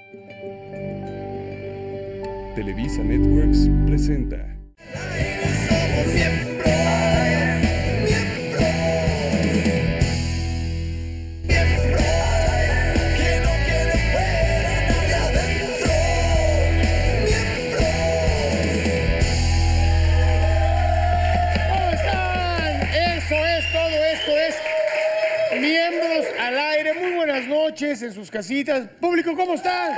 Televisa Networks presenta. Miembros al aire, muy buenas noches en sus casitas. Público, ¿cómo están?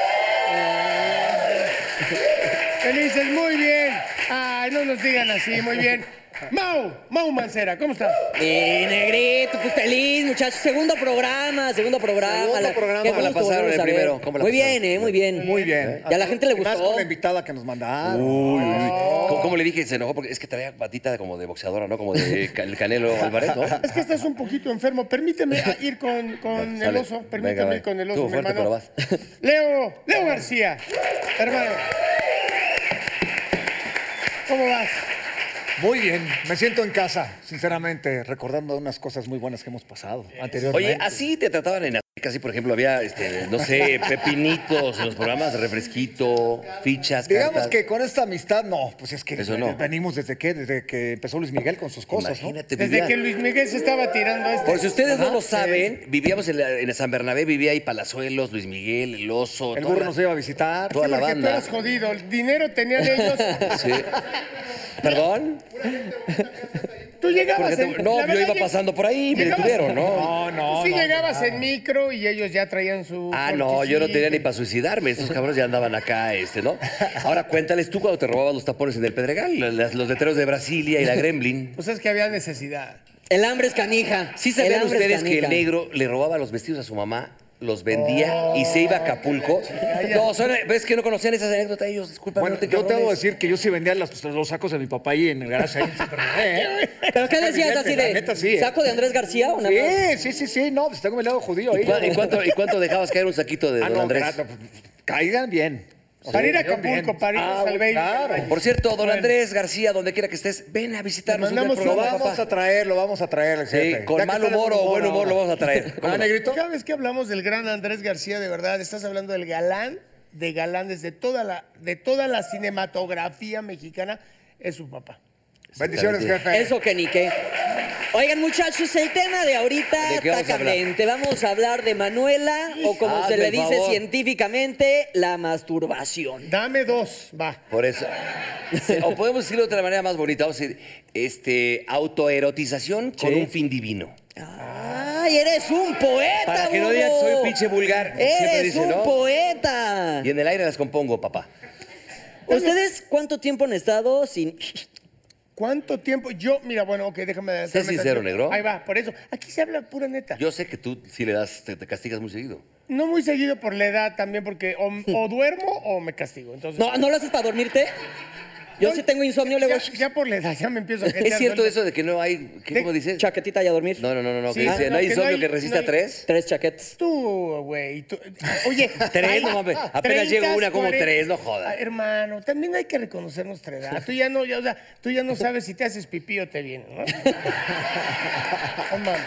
Felices, muy bien. Ay, no nos digan así, muy bien. Mau Mancera, ¿cómo estás? Negrito, pues feliz, muchachos. Segundo programa. Segundo programa. Qué ¿Cómo la gusto pasaron volverlos el a ver. primero? ¿Cómo la Muy pasaron? bien, muy bien. Muy bien. Y a la gente le Más gustó. con la invitada que nos mandaron. Uy. ¿Cómo le dije? Se enojó porque es que traía patita como de boxeadora, ¿no? Como de el Canelo Álvarez, ¿no? Es que estás un poquito enfermo. Permíteme ir con el Sale. oso. Venga, Permíteme va. ir con el oso, Estuvo mi fuerte, hermano. pero vas. Leo García, hermano. ¿Cómo vas? Muy bien. Me siento en casa, sinceramente, recordando unas cosas muy buenas que hemos pasado anteriormente. Oye, así te trataban en Azteca, así, por ejemplo, había, no sé, pepinitos en los programas, refresquito, fichas, Digamos cartas. que con esta amistad, no, pues es que Eso no. venimos desde que empezó Luis Miguel con sus cosas, Imagínate, Desde vivía... que Luis Miguel se estaba tirando a este. Por si ustedes no Ajá, lo sí. saben, vivíamos en San Bernabé, vivía ahí Palazuelos, Luis Miguel, el oso, ¿no? El toda burro la- nos iba a visitar. toda la Porque tú banda. eras jodido. El dinero tenían ellos. Sí. ¿Perdón? Tú llegabas Porque en... no, la yo verdad, iba pasando por ahí, me llegabas- detuvieron, ¿no? No, Sí no, llegabas no. en micro y ellos ya traían su... Ah, no, yo no tenía ni cortecito. para suicidarme. Estos cabrones ya andaban acá, ¿no? Ahora cuéntales tú cuando te robabas los tapones en el Pedregal, los letreros de Brasilia y la Gremlin. Pues es que había necesidad. El hambre es canija. ¿Sí El sabían hambre es ustedes que el canija. negro le robaba los vestidos a su mamá, los vendía y se iba a Acapulco? ya. No, ves que no conocían esas anécdotas ellos, disculpa. Bueno, yo te debo decir que yo sí vendía los sacos de mi papá ahí en el garaje. Ahí en San Bernabé, ¿Pero qué decías así La de neta, sí, saco de Andrés García o nada más? Sí, no, pues tengo mi lado judío ahí. ¿Y cuánto dejabas caer un saquito de Ah, don no, Andrés? caigan bien. Para ir a caigan bien. Acapulco, para ir a Salveiro. claro. Por cierto, don Bueno. Andrés García, donde quiera que estés, ven a visitarnos. Le mandamos un día al Lo programa, vamos papá. lo vamos a traer, el Sí, jefe. con Ya que mal está de humor o buen humor ahora. lo vamos a traer. ¿Cómo ¿Ah, no? negrito? Cada vez que hablamos del gran Andrés García, de verdad, estás hablando del galán de galanes de toda la cinematografía mexicana, es su papá. Bendiciones, jefe. Eso que ni qué. Oigan, muchachos, el tema de ahorita ¿De qué está vamos a hablar? caliente. Vamos a hablar de Manuela, o como Hazme se le el dice favor. científicamente, la masturbación. Dame dos, va. Por eso. O podemos decirlo de otra manera más bonita. Vamos a decir, autoerotización con un fin divino. ¡Ay, eres un poeta, Para que no burro! digan que soy un pinche vulgar. Siempre ¡Eres dicen, un ¿no? poeta! Y en el aire las compongo, papá. ¿Ustedes cuánto tiempo han estado sin...? ¿Cuánto tiempo? Yo, mira, bueno, ok, déjame adelantarme Sé sincero, tantito. negro. Ahí va, por eso. Aquí se habla pura neta. Yo sé que tú sí le das, te castigas muy seguido. No muy seguido por la edad también, porque o duermo o me castigo. Entonces, ¿No lo haces para dormirte? Yo sí tengo insomnio, luego... ya por la edad, ya me empiezo a ¿Es cierto eso de que no hay, ¿cómo dices? Chaquetita y a dormir. No, Sí, que dice, no, no hay que no insomnio hay- que resista no hay- 3. 3 chaquetes. Tú, güey. Oye, Tres, hay no mames, apenas llego una como 40. tres, no jodas. Ay, hermano, también hay que reconocer nuestra edad. Tú ya no sabes si te haces pipí o te viene, ¿no? No mames.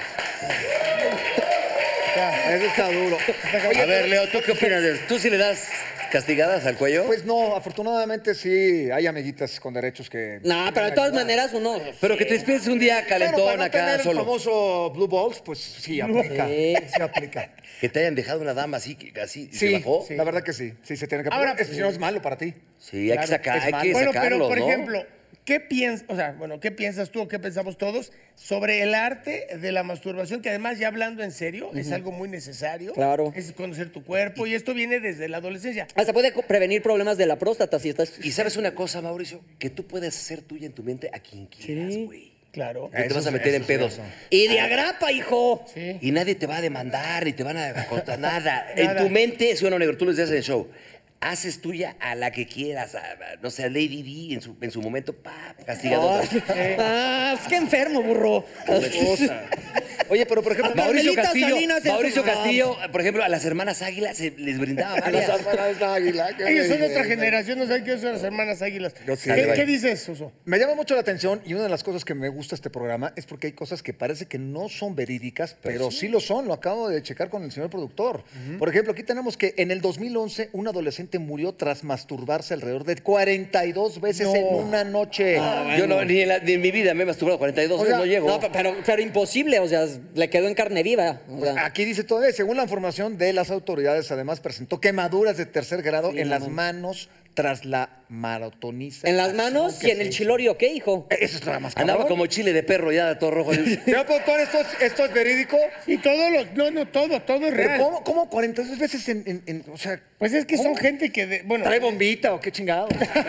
Ya. Eso está duro. A ver, Leo, ¿tú qué opinas de eso? ¿Tú sí le das castigadas al cuello? Pues no, afortunadamente sí hay amiguitas con derechos que... No, pero de todas maneras uno... Pero que te despiertes un día Bueno, calentón para no acá tener el solo. famoso Blue Balls, pues sí aplica. Sí. Sí aplica. Que te hayan dejado una dama así, así, y se Sí, bajó. la verdad que sí. Sí, se tiene que Ahora, aplicar. Si no es malo para ti. Sí, hay que sacar, es hay malo. que Bueno, sacarlos, pero por ¿no? ejemplo, ¿qué piensas tú o qué pensamos todos sobre el arte de la masturbación? Que además, ya hablando en serio, es algo muy necesario. Claro. Es conocer tu cuerpo y esto viene desde la adolescencia. Hasta puede prevenir problemas de la próstata si estás... Y sabes una cosa, Mauricio, que tú puedes hacer tuya en tu mente a quien quieras, Sí. güey. Claro. No te vas a meter en pedos. Y de agrapa, hijo. Sí. Y nadie te va a demandar, ni te van a contar nada. En tu mente, sí o no, negro, tú lo decías en el show. haces tuya a la que quieras, no sé, a Lady Di en su momento, castigado. Es que enfermo, burro. Oye, pero por ejemplo, Mauricio Carmelita Castillo, Salinas en Mauricio su- Castillo, por ejemplo, a las hermanas Águilas les brindaba a las varias. hermanas Águila. Ellos son otra generación, no saben qué son las hermanas Águilas. Yo sí. ¿Qué dices, Suso? Me llama mucho la atención y una de las cosas que me gusta de este programa es porque hay cosas que parece que no son verídicas, pero sí lo son. Lo acabo de checar con el señor productor. Por ejemplo, aquí tenemos que en el 2011 un adolescente murió tras masturbarse alrededor de 42 veces en una noche. Yo no, ni en mi vida me he masturbado 42 veces, no llego. No, pero imposible, o sea, le quedó en carne viva. O sea, Aquí dice todavía, según la información de las autoridades, además presentó quemaduras de tercer grado en las manos tras la maratoniza. en las manos y en el chilorio, ¿qué, hijo? Eso es nada más Andaba cabrón. como chile de perro ya todo rojo. Señor productor, ¿esto es verídico? Y todos los. No, todo es ¿Pero real. cómo 42 veces o sea, Pues es que son ¿cómo? gente que. Bueno. ¿Trae bombita o qué chingado?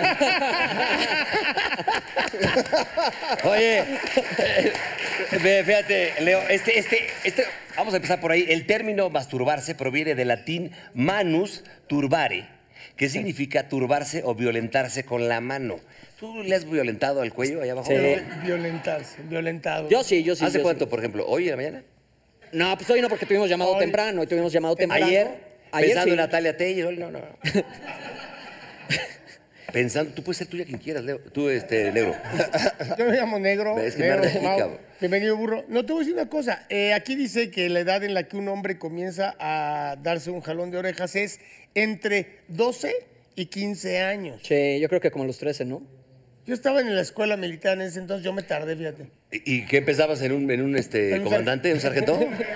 Oye, fíjate, Leo, vamos a empezar por ahí. El término masturbarse proviene del latín manus turbare, que significa turbarse o violentarse con la mano. ¿Tú le has violentado al cuello allá abajo? Sí. Violentado. Yo sí. ¿Hace yo cuánto, sí. por ejemplo? ¿Hoy en la mañana? No, pues hoy no, porque tuvimos llamado temprano. ¿Ayer? Pensando sí. en Natalia Taylor, no. Pensando, tú puedes ser tuya quien quieras, Leo. Tú, Negro. Yo me llamo Negro. Es que me Negro, arde, Mau. cabrón. Bienvenido, burro. No, te voy a decir una cosa. Aquí dice que la edad en la que un hombre comienza a darse un jalón de orejas es entre 12 y 15 años. Sí, yo creo que como los 13, ¿no? Yo estaba en la escuela militar en ese entonces, yo me tardé, fíjate. ¿Y qué empezabas en un comandante, un sargento?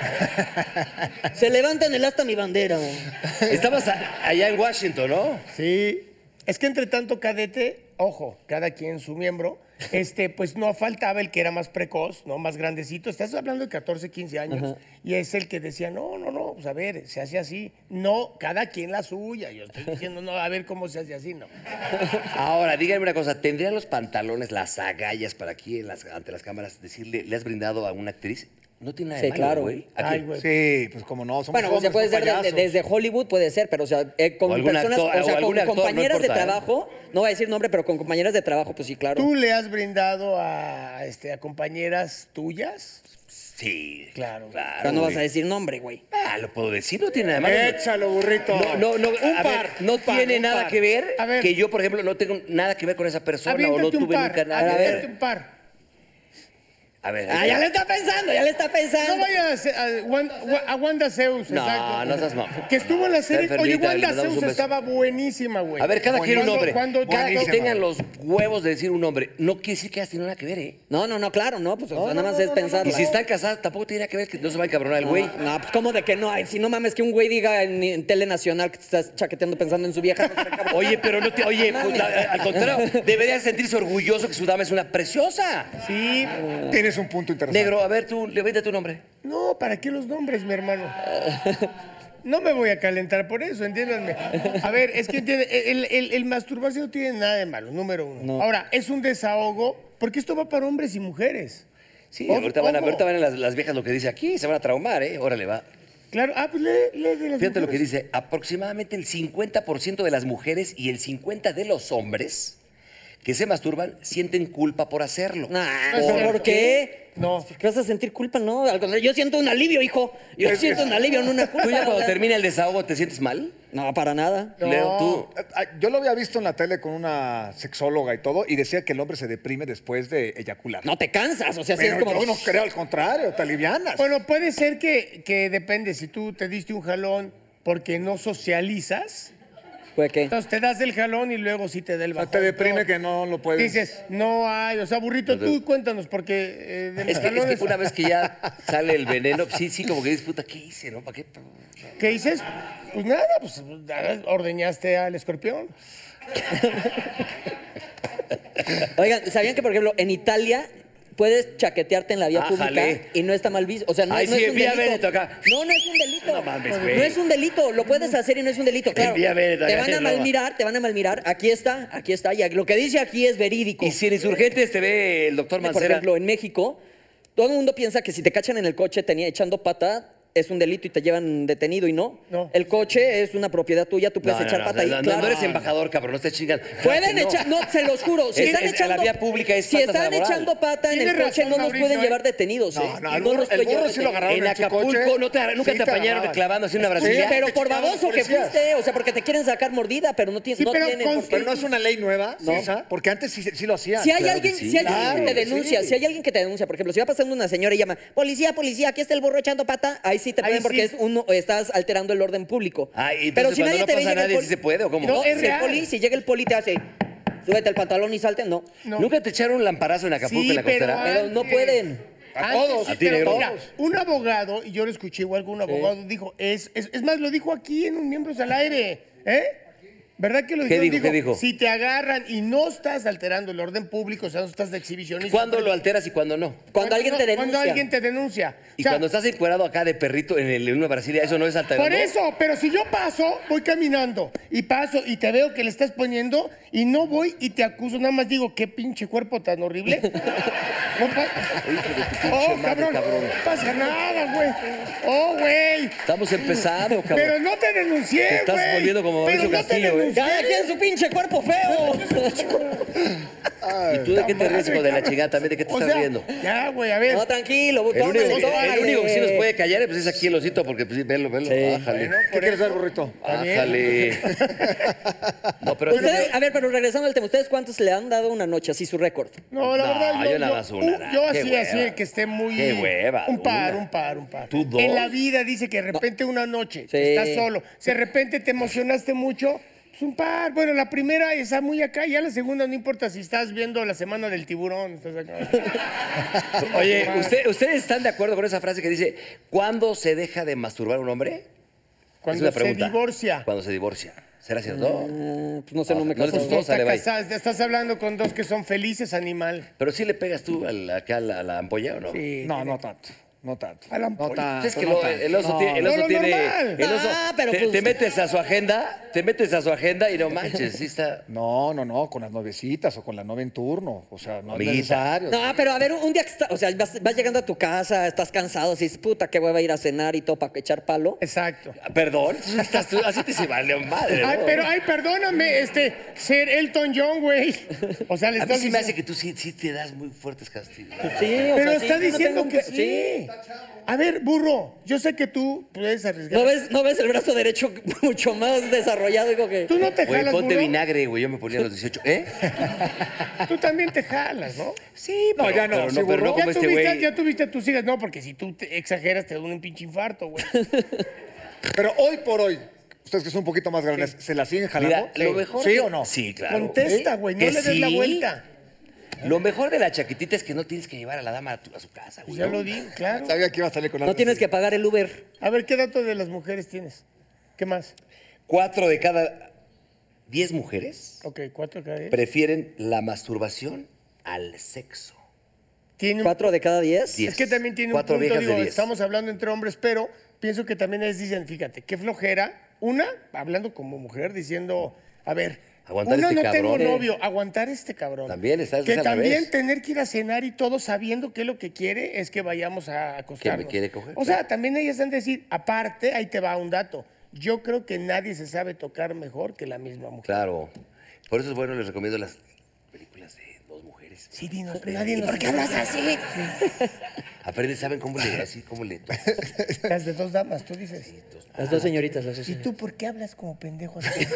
Se levanta en el asta mi bandera. Estabas allá en Washington, ¿no? Sí. Es que entre tanto cadete, ojo, cada quien su miembro, pues no faltaba el que era más precoz, ¿no? Más grandecito. Estás hablando de 14, 15 años. Ajá. Y es el que decía, no, pues a ver, se hace así. No, cada quien la suya. Yo estoy diciendo, no, a ver cómo se hace así, no. Ahora, díganme una cosa, ¿tendrían los pantalones, las agallas para aquí ante las cámaras decirle, ¿le has brindado a una actriz? No tiene nada de Sí, malo, claro. güey. ¿A Ay, quién? güey. Sí, pues como no, somos Bueno, o sea, hombres, puede no ser payasos. desde Hollywood, puede ser, pero o sea, con O algún personas, actor, o sea, o algún con actor, no compañeras de importa, ¿eh? trabajo, no voy a decir nombre, pero con compañeras de trabajo, pues sí, claro. ¿Tú le has brindado a compañeras tuyas? Sí. Claro. Pero no vas güey. a decir nombre, güey. Lo puedo decir, no tiene nada de malo. Échalo, burrito. No, Un a ver, par, no un par, tiene un nada par. que ver A ver. que yo, por ejemplo, no tengo nada que ver con esa persona o no Aviéntate un tuve par, nunca nada. aviéntate un par. A ver. Ya le está pensando, No vayas a Wanda Zeus, No, exacto. no seas mamón. Que estuvo en la serie. Está Oye, enfermita, le Wanda mandamos Zeus un beso. estaba buenísima, güey. A ver, cada quien un nombre. Cuando Que tengan los huevos de decir un nombre. No quiere decir que hayas tenido nada que ver, ¿eh? No, claro, no, pues o sea, nada más es pensar. Y si están casadas, tampoco tiene nada que ver que no se va a encabronar el güey. No, pues cómo de que no. Ay, si no mames que un güey diga en Tele Nacional que te estás chaqueteando pensando en su vieja. No, cabrón. Oye, pero no te. Oye, pues, al contrario, deberías sentirse orgulloso que su dama es una preciosa. Sí. Tienes un punto interesante. Negro, a ver, tú, levanta tu nombre. No, ¿para qué los nombres, mi hermano? No me voy a calentar por eso, entiéndanme. A ver, es que el masturbarse no tiene nada de malo, número uno. No. Ahora, es un desahogo, porque esto va para hombres y mujeres. Sí, Ojo, ahorita van ojo. a ver las viejas lo que dice aquí, se van a traumar, ¿eh? Órale, va. Claro, pues lee de las Fíjate lo que mujeres. dice, aproximadamente el 50% de las mujeres y el 50% de los hombres que se masturban sienten culpa por hacerlo. Nah, No es cierto. ¿por qué? No. ¿Qué vas a sentir culpa? No, al contrario, yo siento un alivio, hijo. Yo siento un alivio, no una culpa. ¿Tú ya o cuando sea. termina el desahogo te sientes mal? No, para nada. No. Leo, tú. Yo lo había visto en la tele con una sexóloga y todo, y decía que el hombre se deprime después de eyacular. No te cansas, o sea, sí Pero es como. yo no creo, al contrario, te alivianas. Bueno, puede ser que depende, si tú te diste un jalón porque no socializas, ¿Puede qué? entonces te das el jalón y luego sí te da el O sea, bajón. te deprime que no lo puedes. Dices, no hay, o sea, burrito, tú cuéntanos, porque de los Es que jalones, una vez que ya sale el veneno, sí, como que dices, puta, ¿qué hice, no? ¿Para qué? ¿qué dices? Pues nada, pues ordeñaste al escorpión. Oigan, ¿sabían que, por ejemplo, en Italia puedes chaquetearte en la vía pública Ájale. y no está mal visto? O sea, no, Ay, no sí, es un envía delito. Benetton acá. No es un delito. No mames, güey. No es un delito, lo puedes hacer y no es un delito, claro. Envía Benetton Te acá, van a es broma. malmirar, te van a malmirar. Aquí está, y lo que dice aquí es verídico. Y si en Insurgentes te ve el doctor Por Mancera. ejemplo, en México, todo el mundo piensa que si te cachan en el coche echando pata, es un delito y te llevan detenido y no. No. El coche es una propiedad tuya, tú puedes echar pata ahí. No, no eres embajador, cabrón, no estés chingando. Pueden echar, no, se los juro. Si están echando, la vía pública es si falta están laboral. echando pata en el Tienes coche, razón, no nos Mauricio, pueden llevar detenidos, ¿eh? No, el No burro, nos pueden llevar sí lo agarraron En en su Acapulco coche. nunca Sí, te apañaron agarraban. clavando así una Sí, brasilia. pero por Te baboso que policías. fuiste, o sea, porque te quieren sacar mordida, pero no, Sí, no pero tienen por qué. Pero no es una ley nueva, No. esa, porque antes sí lo hacían. Si hay Claro alguien, que sí. si hay alguien Claro que te que denuncia, sí. si hay alguien que te denuncia, por ejemplo, si va pasando una señora y llama, policía, policía, aquí está el burro echando pata, ahí sí te Ahí pueden porque sí. estás alterando el orden público. Ah, y pero entonces si cuando nadie no te ve, pasa llega el nadie, ¿sí se puede o cómo? No, No, es si, real. si llega el poli te hace, súbete el pantalón y salte, no. No. ¿Nunca te echaron un lamparazo en Acapulco Sí, en la costera? Pero no antes. pueden. A Antes todos. sí, A ti, pero negro. mira, un abogado, y yo lo escuché igual que un abogado, dijo, es más, lo dijo aquí en un Miembros al Aire, ¿eh? ¿Verdad que lo ¿Qué dijo? dijo? ¿Qué dijo? Si te agarran y no estás alterando el orden público, o sea, no estás de exhibicionista. ¿Cuándo lo alteras y cuándo no? Cuando alguien te denuncia. Cuando alguien te denuncia. Y O sea, cuando estás encuerado acá de perrito en una brasilia, ¿eso no es alterando? por eso, pero si yo paso, voy caminando y paso y te veo que le estás poniendo y no voy y te acuso, nada más digo, qué pinche cuerpo tan horrible. No Hijo de tu pinche madre, cabrón. No pasa nada, güey. Oh, güey. Estamos empezando, cabrón. Pero no te denuncié, Te estás güey. volviendo como Mauricio Pero no te Castillo, güey. denuncié. Cada quien su pinche cuerpo feo. ¿Y tú de qué te ríes, hijo de la Madre, chingada? ¿También de qué te O estás sea, riendo? Ya, güey, a ver. No, tranquilo, El único, tómale, el único que sí nos tómale. puede callar pues, es aquí el osito, porque pues, sí, velo. Bájale. ¿Qué quieres ver, burrito? Bájale. No, pero... Ustedes, a ver, pero regresando al tema, ¿ustedes cuántos le han dado una noche, así su récord? No, la No, verdad, yo nada más una. Yo Qué así, hueva. que esté muy... Qué hueva, Un par. una. ¿Tú dos? En la vida dice que de repente una noche Sí. estás solo. Si de repente te emocionaste mucho, pues un par. Bueno, la primera está muy acá, ya la segunda no importa si estás viendo la semana del tiburón. Estás acá. Oye, ¿ustedes están de acuerdo con esa frase que dice, ¿cuándo se deja de masturbar un hombre? Cuando Es una se pregunta. divorcia. Cuando se divorcia. ¿Será cierto? Pues no sé, no me No, casó. no, no, sale, bye. Estás hablando con dos que son felices, animal. Pero sí le pegas tú acá a la ampolla, ¿o no? Sí. No, no tanto. No tanto. A la No ampolla. tanto. Es que no tanto. el oso No, tiene... El no, oso lo tiene normal. el oso- pero te, pues- te metes a su agenda y no manches, sí está... No, con las novecitas o con la novia en turno. O sea, no Amiguita. es necesario. No, pero a ver, un día que o sea, vas llegando a tu casa, estás cansado, dices, puta, qué hueva ir a cenar y todo para echar palo. Exacto. Perdón, así te se vale madre, ¿no? Ay, perdóname, ser Elton John, güey. O sea, le A mí estás sí me diciendo... hace que tú sí te das muy fuertes castigos. Sí, o Pero sea, sí, está yo no diciendo tengo que un sí. A ver, burro, yo sé que tú puedes arriesgar. ¿No ves el brazo derecho mucho más desarrollado? Digo que... Tú no te Güey, jalas, ponte burro. vinagre, güey, yo me ponía a los 18. ¿Eh? Tú también te jalas, ¿no? Sí, No, ya no, Pero sí, no, pero burro. no como este güey. Ya tuviste a tus hijas. No, porque si tú te exageras te da un pinche infarto, güey. Pero hoy por hoy, ustedes que son un poquito más grandes, ¿se la siguen jalando? Mira, lo mejor... ¿Sí o no? Sí, claro. Contesta, güey, no Que le des la sí. vuelta. Lo mejor de la chaquetita es que no tienes que llevar a la dama a su casa, güey. Ya ¿no? lo digo, claro. Sabía que iba a salir con algo No tienes así. que pagar el Uber. A ver, ¿qué dato de las mujeres tienes? ¿Qué más? 4 de cada 10 mujeres Ok, 4 cada 10. prefieren la masturbación al sexo. Tiene un- 4 de cada 10. 10. Es que también tiene 4 un punto, viejas de digo, 10. estamos hablando entre hombres, pero pienso que también dicen, fíjate, qué flojera. Una, hablando como mujer, diciendo, a ver, Aguantar una este no tengo cabrón. novio, aguantar este cabrón. También está- es Que al también revés. tener que ir a cenar y todo sabiendo que lo que quiere es que vayamos a acostarnos. Que me quiere coger, O sea, también ellas han de decir, aparte, ahí te va un dato. Yo creo que nadie se sabe tocar mejor que la misma mujer. Claro. Por eso es bueno, les recomiendo las películas de dos mujeres. Sí, dinos, nadie nos... ¿Por qué hablas así? Aparte, ¿saben cómo le así, cómo le Las de dos damas, tú dices. Las dos señoritas, las dos ¿Y señoritas. tú por qué hablas como pendejo así?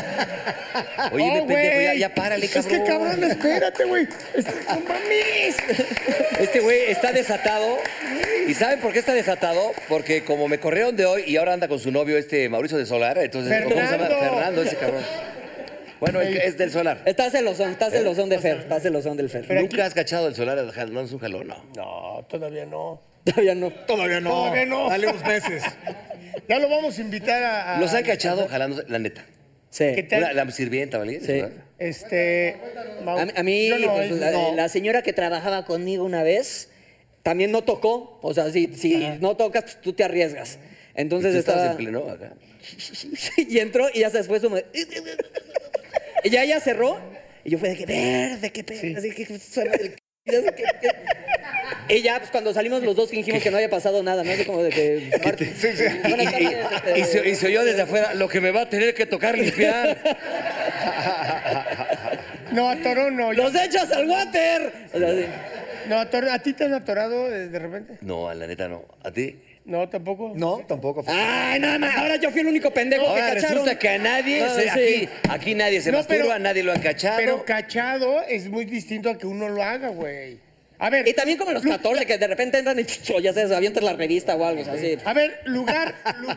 Oye, Oh, pendejo, güey. ya párale, cabrón. Es que cabrón, espérate, güey. No mames. Este güey está desatado. ¿Y saben por qué está desatado? Porque como me corrieron de hoy y ahora anda con su novio, Mauricio de Solar, entonces, ¿cómo se llama? Fernando. Fernando, ese cabrón. Bueno, es del Solar. Estás celosón de Fer, estás celosón del Fer. Pero ¿Nunca has cachado el Solar dándose un jalón? No. No, todavía no. Todavía no. Todavía no. Todavía no. Dale unos meses. Ya lo vamos a invitar a... Los han cachado jalándose, la neta. Sí. ¿Qué tal? La sirvienta, ¿vale? Sí. A mí, yo no, pues, no. la señora que trabajaba conmigo una vez también no tocó. O sea, si no tocas, pues tú te arriesgas. Entonces ¿Tú estabas estaba... en pleno acá? y entró y ya se después como... Y ya ella cerró y yo fue de que verde, qué pedo. Así que suena el... Y ya, pues cuando salimos los dos fingimos que no había pasado nada, ¿no? Así como de que... Buenas tardes, Y se oyó desde afuera lo que me va a tener que tocar limpiar. No, atoró no. ¡Los echas al water! O sea, sí. No, atoró. ¿A ti te han atorado de repente? No, la neta no. ¿A ti? No, tampoco. No, tampoco. Ay, nada más. Ahora yo fui el único pendejo que Ahora cacharon. resulta que a nadie, No, sí. aquí nadie se No, masturba, pero- nadie lo ha cachado. Pero cachado es muy distinto a que uno lo haga, güey. A ver. Y también como en los 14, que de repente entran y ya se avientan la revista o algo, o sea, así. A ver, lugar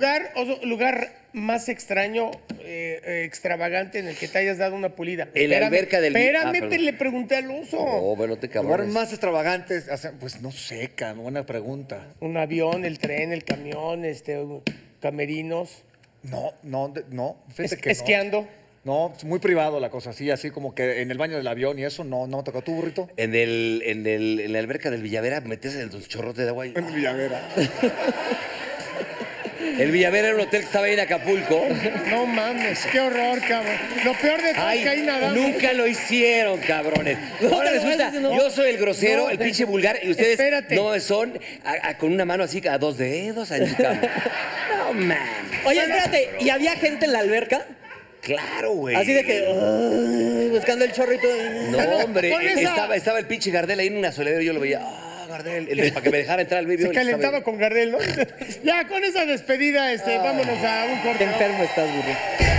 más extraño, extravagante en el que te hayas dado una pulida. En la alberca del- Espérame, perdón. le pregunté al oso. Oh, bueno, te Lugares cabrones. más extravagantes, pues no sé, cabrón, buena pregunta. Un avión, el tren, el camión, camerinos, No, fíjate que no. esquiando. No, es muy privado la cosa, así como que en el baño del avión y eso, no me tocó. ¿Tú, burrito? En la alberca del Villavera metes el chorrote de agua y... En Villavera. El Villavera era un hotel que estaba ahí en Acapulco. No mames, qué horror, cabrón. Lo peor de todo es Ay, que ahí nadando. nunca lo hicieron, cabrones. Ahora te lo resulta, haces, no. yo soy el grosero, No, el pinche vulgar, y ustedes espérate. no son con una mano así a 2 dedos en su cama. No, man. Oye, espérate, ¿y había gente en la alberca? Claro, güey. Así de que, buscando el chorrito. No, hombre, Con esa- estaba el pinche Gardel ahí en una soledad y yo lo veía. Gardel, para que me dejara entrar al video. Se calentaba con Gardel, ¿no? Ya, con esa despedida, vámonos a un corte. Qué ¿no? enfermo estás, burro.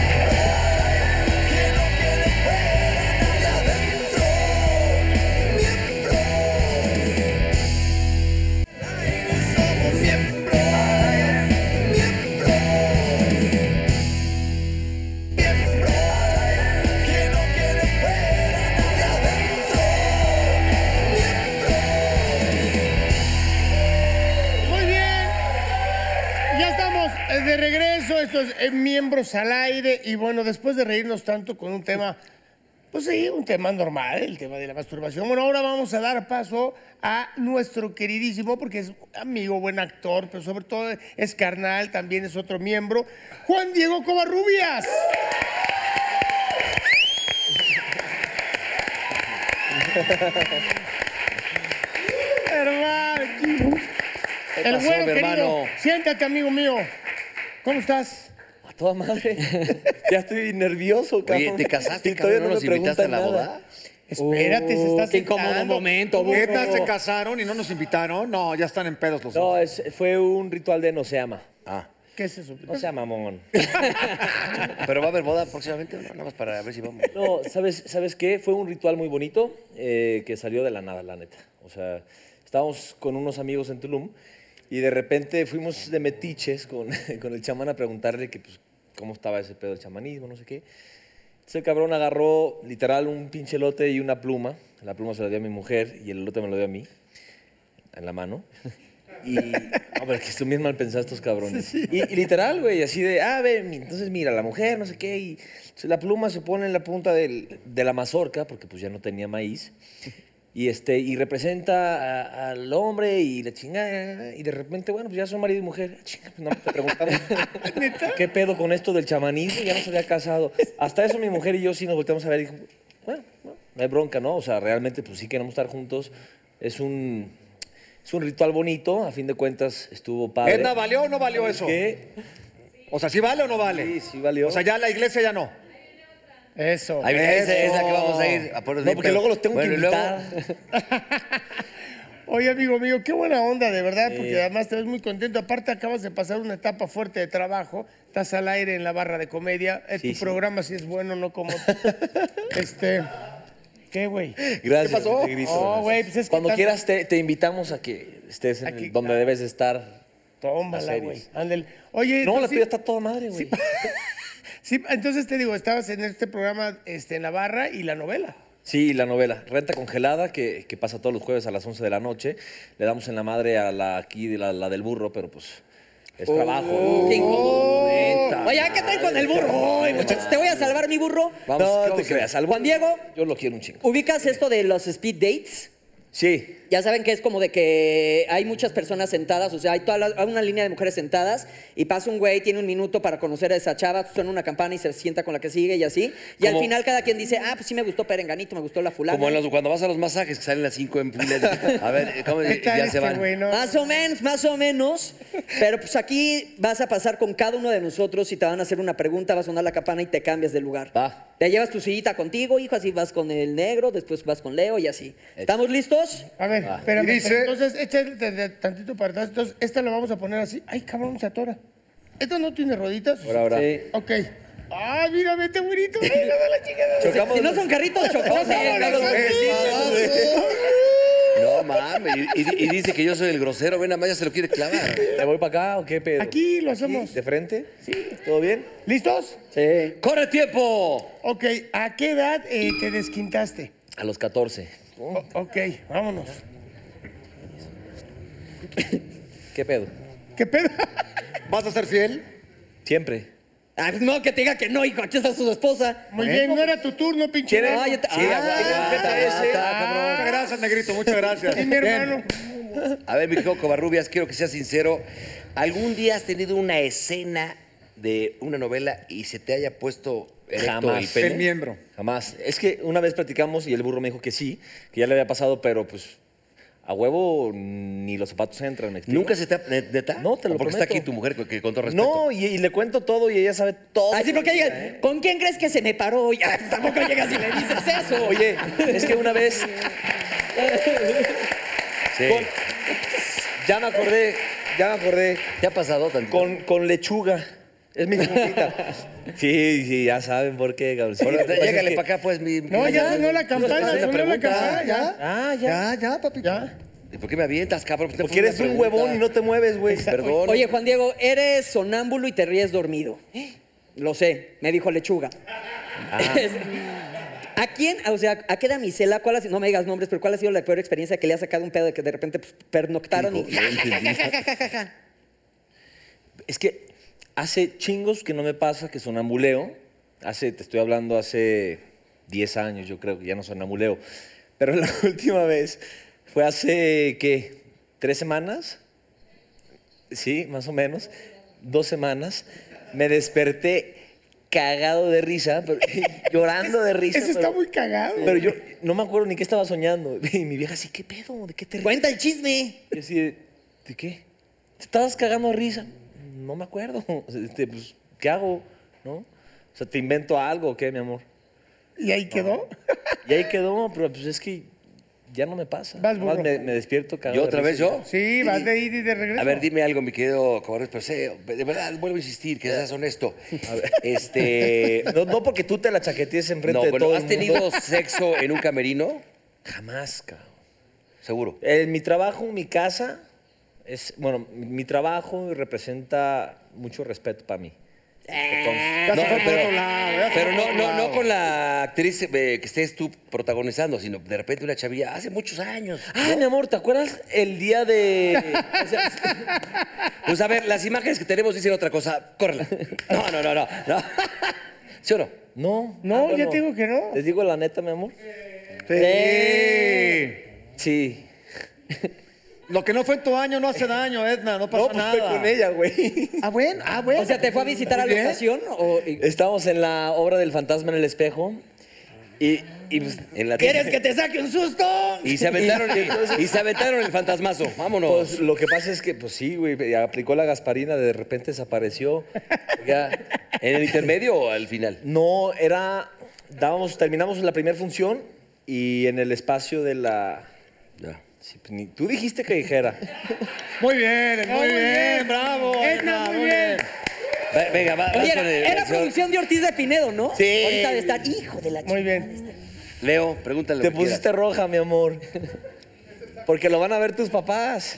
Muy bien. Ya estamos de regreso. Esto es Miembros al Aire. Y bueno, después de reírnos tanto con un tema, pues sí, un tema normal, el tema de la masturbación. Bueno, ahora vamos a dar paso a nuestro queridísimo, porque es amigo, buen actor, pero sobre todo es carnal, también es otro miembro, Juan Diego Covarrubias. Hermano, el pasó, güero mi querido, hermano? siéntate, amigo mío. ¿Cómo estás? A toda madre. Ya estoy nervioso, cabrón. Oye, ¿te casaste, Y todavía cabrón? ¿No me nos invitaste a la preguntan nada. boda? Espérate, se está Qué incómodo sentando. momento, burro. ¿Neta se casaron y no nos invitaron? No, ya están en pedos los No, dos. fue un ritual de no se ama. Ah. ¿Qué es eso? No sea mamón. ¿Pero va a haber boda próximamente o no? Nada más para ver si vamos. No, ¿sabes qué? Fue un ritual muy bonito que salió de la nada, la neta. O sea, estábamos con unos amigos en Tulum y de repente fuimos de metiches con el chamán a preguntarle que, pues, cómo estaba ese pedo del chamanismo, no sé qué. Entonces el cabrón agarró literal un pinche elote y una pluma. La pluma se la dio a mi mujer y el elote me lo dio a mí, en la mano. Y, no, pero es que estoy bien mal pensado estos cabrones. Y literal, güey, así de, entonces mira, la mujer, no sé qué, y entonces la pluma se pone en la punta de la mazorca, porque pues ya no tenía maíz, y representa al hombre y la chingada, y de repente, bueno, pues ya son marido y mujer. Chinga, pues no te preguntamos, ¿qué pedo con esto del chamanismo? Ya no se había casado. Hasta eso mi mujer y yo sí nos volteamos a ver y dijo, bueno, no hay bronca, ¿no? O sea, realmente pues sí queremos estar juntos. Es un ritual bonito, a fin de cuentas estuvo padre. ¿Edna, valió o no valió eso? ¿Qué? O sea, ¿sí vale o no vale? Sí, sí valió. O sea, ya la iglesia ya no. Eso. Ahí viene, esa es la que vamos a ir a ponernos No, bien porque pedo. luego los tengo Bueno, que y luego- invitar. Oye, amigo mío, qué buena onda, de verdad, porque además te ves muy contento. Aparte, acabas de pasar una etapa fuerte de trabajo. Estás al aire en la barra de comedia. Sí, Tu sí. programa sí es bueno, no como... ¿Qué, güey? Gracias. ¿Qué pasó? Negrito. Oh, güey, pues es que Cuando tanto- quieras te invitamos a que estés en Aquí, donde claro. debes de estar. Tómala, Las güey. series. Ándale. Oye, No, la entonces, tuya está toda madre, güey. sí, entonces te digo, estabas en este programa en la barra y la novela. Sí, la novela. Renta congelada, que pasa todos los jueves a las 11 de la noche. Le damos en la madre a la del burro, pero pues es trabajo. Qué incómodo. Neta. Oye, ¿qué traen con el burro? Ay, muchachos, te voy a salvar mi burro. Vamos, No no te creas. Al Juan Diego, yo lo quiero un chingo. ¿ubicas esto de los speed dates? Sí. Ya saben que es como de que hay muchas personas sentadas, o sea, hay hay una línea de mujeres sentadas y pasa un güey, tiene un minuto para conocer a esa chava, suena una campana y se sienta con la que sigue y así. Y al Como- final cada quien dice, pues sí me gustó Perenganito, me gustó la fulana. Como cuando vas a los masajes que salen las 5 en fila. A ver, ¿cómo ¿Qué tal ya se van? güey, no? Más o menos. Pero pues aquí vas a pasar con cada uno de nosotros y te van a hacer una pregunta, va a sonar la campana y te cambias de lugar. Va. Te llevas tu sillita contigo, hijo, así vas con el negro, después vas con Leo y así. ¿Estamos listos? A ver, espérame. Y dice- Entonces, échale tantito para atrás. Entonces, esta la vamos a poner así. Ay, cabrón, se atora. ¿Esta no tiene rueditas? Ahora. Sí. Ok. Ay, mira, vete, güerito. Venga, da la chingada. Chocamos. Si no son carritos, chocamos. No mames. Y dice que yo soy el grosero. Ven, nada más ya se lo quiere clavar. ¿Me voy para acá o qué pedo? Aquí lo hacemos. ¿De frente? Sí. ¿Todo bien? ¿Listos? Sí. ¡Corre tiempo! Ok, ¿a qué edad te desquintaste? A los 14. Ok, vámonos. ¿Qué pedo? ¿Qué pedo? ¿Vas a ser fiel? Siempre. Ay, pues no, que te diga que no, hijo, aquí está su esposa. Muy bien, no era tu turno, pinche. ¿Quién es? negro. Ay, ya te- Sí, aguanta. Muchas gracias, negrito, muchas gracias. Y mi hermano. A ver, mi querido Covarrubias, quiero que seas sincero. ¿Algún día has tenido una escena de una novela y se te haya puesto erecto Jamás. el pene? El miembro. Jamás. Es que una vez platicamos y el burro me dijo que sí, que ya le había pasado, pero pues a huevo ni los zapatos entran. ¿me explico? ¿Nunca se te ha... ¿Neta? No, te lo ¿O porque está prometo. aquí tu mujer, que con todo respeto. No, y le cuento todo y ella sabe todo. Así porque llegan, ¿con quién crees que se me paró hoy? Ay, pues tampoco llegas y le dices eso. Oye, es que una vez, Sí. ya me acordé, ¿Te ha pasado tanto? con lechuga. Es mi favorita. Sí, ya saben por qué, cabrón. Sí, lo que pasa es Llégale que- para acá, pues. No, ya sonó la campana, hacer la sonó la pregunta. campana, ya. Ah, ya. Ya, papi. Ya. ¿Y por qué me avientas, cabrón? Pues te Porque pongo eres una un pregunta. huevón y no te mueves, güey. Perdón. Oye, Juan Diego, eres sonámbulo y te ríes dormido. Lo sé, me dijo Lechuga. ¿A quién, o sea, a qué damisela, cuál ha sido, no me digas nombres, pero cuál ha sido la peor experiencia que le ha sacado un pedo de que de repente pues, pernoctaron y... Es que hace chingos que no me pasa que sonambuleo. Te estoy hablando hace 10 años, yo creo que ya no sonambuleo. Pero la última vez fue hace, ¿qué? ¿3 semanas? Sí, más o menos. 2 semanas. Me desperté cagado de risa, pero, llorando de risa. Ese está muy cagado. Pero yo no me acuerdo ni qué estaba soñando. Y mi vieja así, ¿qué pedo? ¿De qué te ríes? Cuenta el chisme. Y así, ¿de qué? ¿Te estabas cagando de risa? No me acuerdo. O sea, pues, ¿qué hago? ¿No? O sea, ¿te invento algo o qué, mi amor? ¿Y ahí quedó? Y ahí quedó, pero pues es que ya no me pasa. Vas, Nada más burro. me despierto cagado. ¿Yo de otra vez risa. yo? Sí, vas de ir y de regreso. A ver, dime algo, mi querido Covarrubias, pero sé, de verdad, vuelvo a insistir, que seas honesto. No porque tú te la chaquetees enfrente No, de bueno, todo ¿has el mundo. tenido sexo en un camerino? Jamás, cabrón. Seguro. Mi trabajo, mi casa, mi trabajo representa mucho respeto para mí. Ya se No, fue por otro lado, ya se pero fue por otro no lado. con la actriz que estés tú protagonizando, sino de repente una chavilla hace muchos años. Ay, mi amor, ¿te acuerdas el día de...? O sea, Pues a ver, las imágenes que tenemos dicen otra cosa. Córrela. No. ¿Sí o no? no. No, ya te digo que no. ¿Les digo la neta, mi amor? Sí. Sí. Lo que no fue en tu año no hace daño, Edna, no pasa No, pues nada. fue con ella, güey. Ah, bueno. O sea, ¿te fue a visitar a Muy la bien. ocasión? Estábamos en la obra del fantasma en el espejo y pues, En la ¿Quieres que te saque un susto? Y se aventaron el fantasmazo. Vámonos. pues, lo que pasa es que, pues sí, güey, aplicó la Gasparina, de repente desapareció. Ya, ¿En el intermedio o al final? no, terminamos la primera función y en el espacio de la... Ya. Sí, pues, tú dijiste que dijera. Muy bien, muy bien. bravo. Edna, muy bien. Venga, vas Oye, con el era señor. producción de Ortiz de Pinedo, ¿no? Sí. Ahorita de estar, hijo de la Muy bien. Leo, pregúntale lo Te que quieras. pusiste roja, mi amor. Porque lo van a ver tus papás.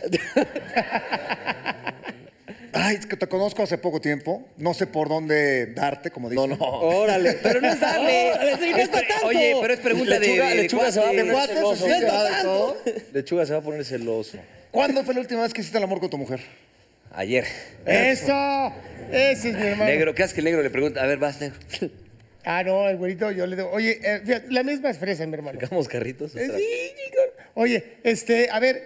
Ay, es que te conozco hace poco tiempo. No sé por dónde darte, como dicen. No. Órale. Pero no es darle. Órale, sí, no es para tanto. Oye, pero es pregunta Lechuga se va a cuate. poner cuates, celoso. sí, No es para de tanto. todo. Lechuga se va a poner celoso. ¿Cuándo fue la última vez que hiciste el amor con tu mujer? Ayer. Eso. Ese es mi hermano. Negro, ¿qué hace que el negro le pregunta? A ver, vas, negro. Ah, no, el güerito, yo le digo, oye, fíjate, la misma es fresa, mi hermano. Sacamos carritos. Sí, otra vez. chingón. Oye, a ver,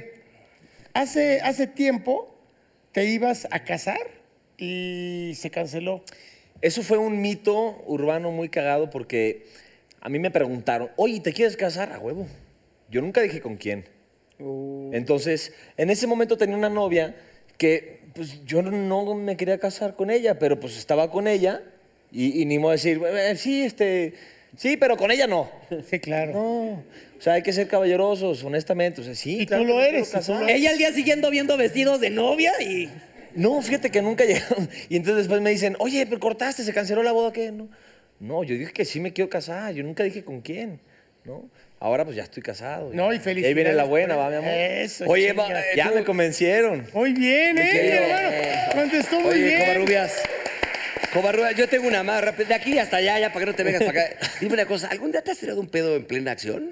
hace tiempo te ibas a casar y se canceló. Eso fue un mito urbano muy cagado porque a mí me preguntaron, oye, ¿te quieres casar? A huevo. Yo nunca dije con quién. Entonces, en ese momento tenía una novia que pues yo no me quería casar con ella, pero pues estaba con ella y ni modo de decir, sí, pero con ella no. Sí, claro. No, o sea, hay que ser caballerosos, honestamente. O sea, sí, Y claro tú lo que me eres, quiero y tú lo casar. eres. Ella al día siguiente viendo vestidos de novia y... No, fíjate que nunca llegaron. Y entonces después me dicen, oye, pero cortaste, se canceló la boda, ¿qué? No, yo dije que sí me quiero casar, yo nunca dije con quién, ¿no? Ahora pues ya estoy casado. No, y ahí felicidades. viene la buena, por va, mi amor. Eso, Oye, chinga. Ya me convencieron. Muy bien, mi hermano. Contestó muy Oye, bien. Covarrubias, yo tengo una más rápida. De aquí hasta allá, ya, para que no te vengas para acá. Dime una cosa, ¿algún día te has tirado un pedo en plena acción?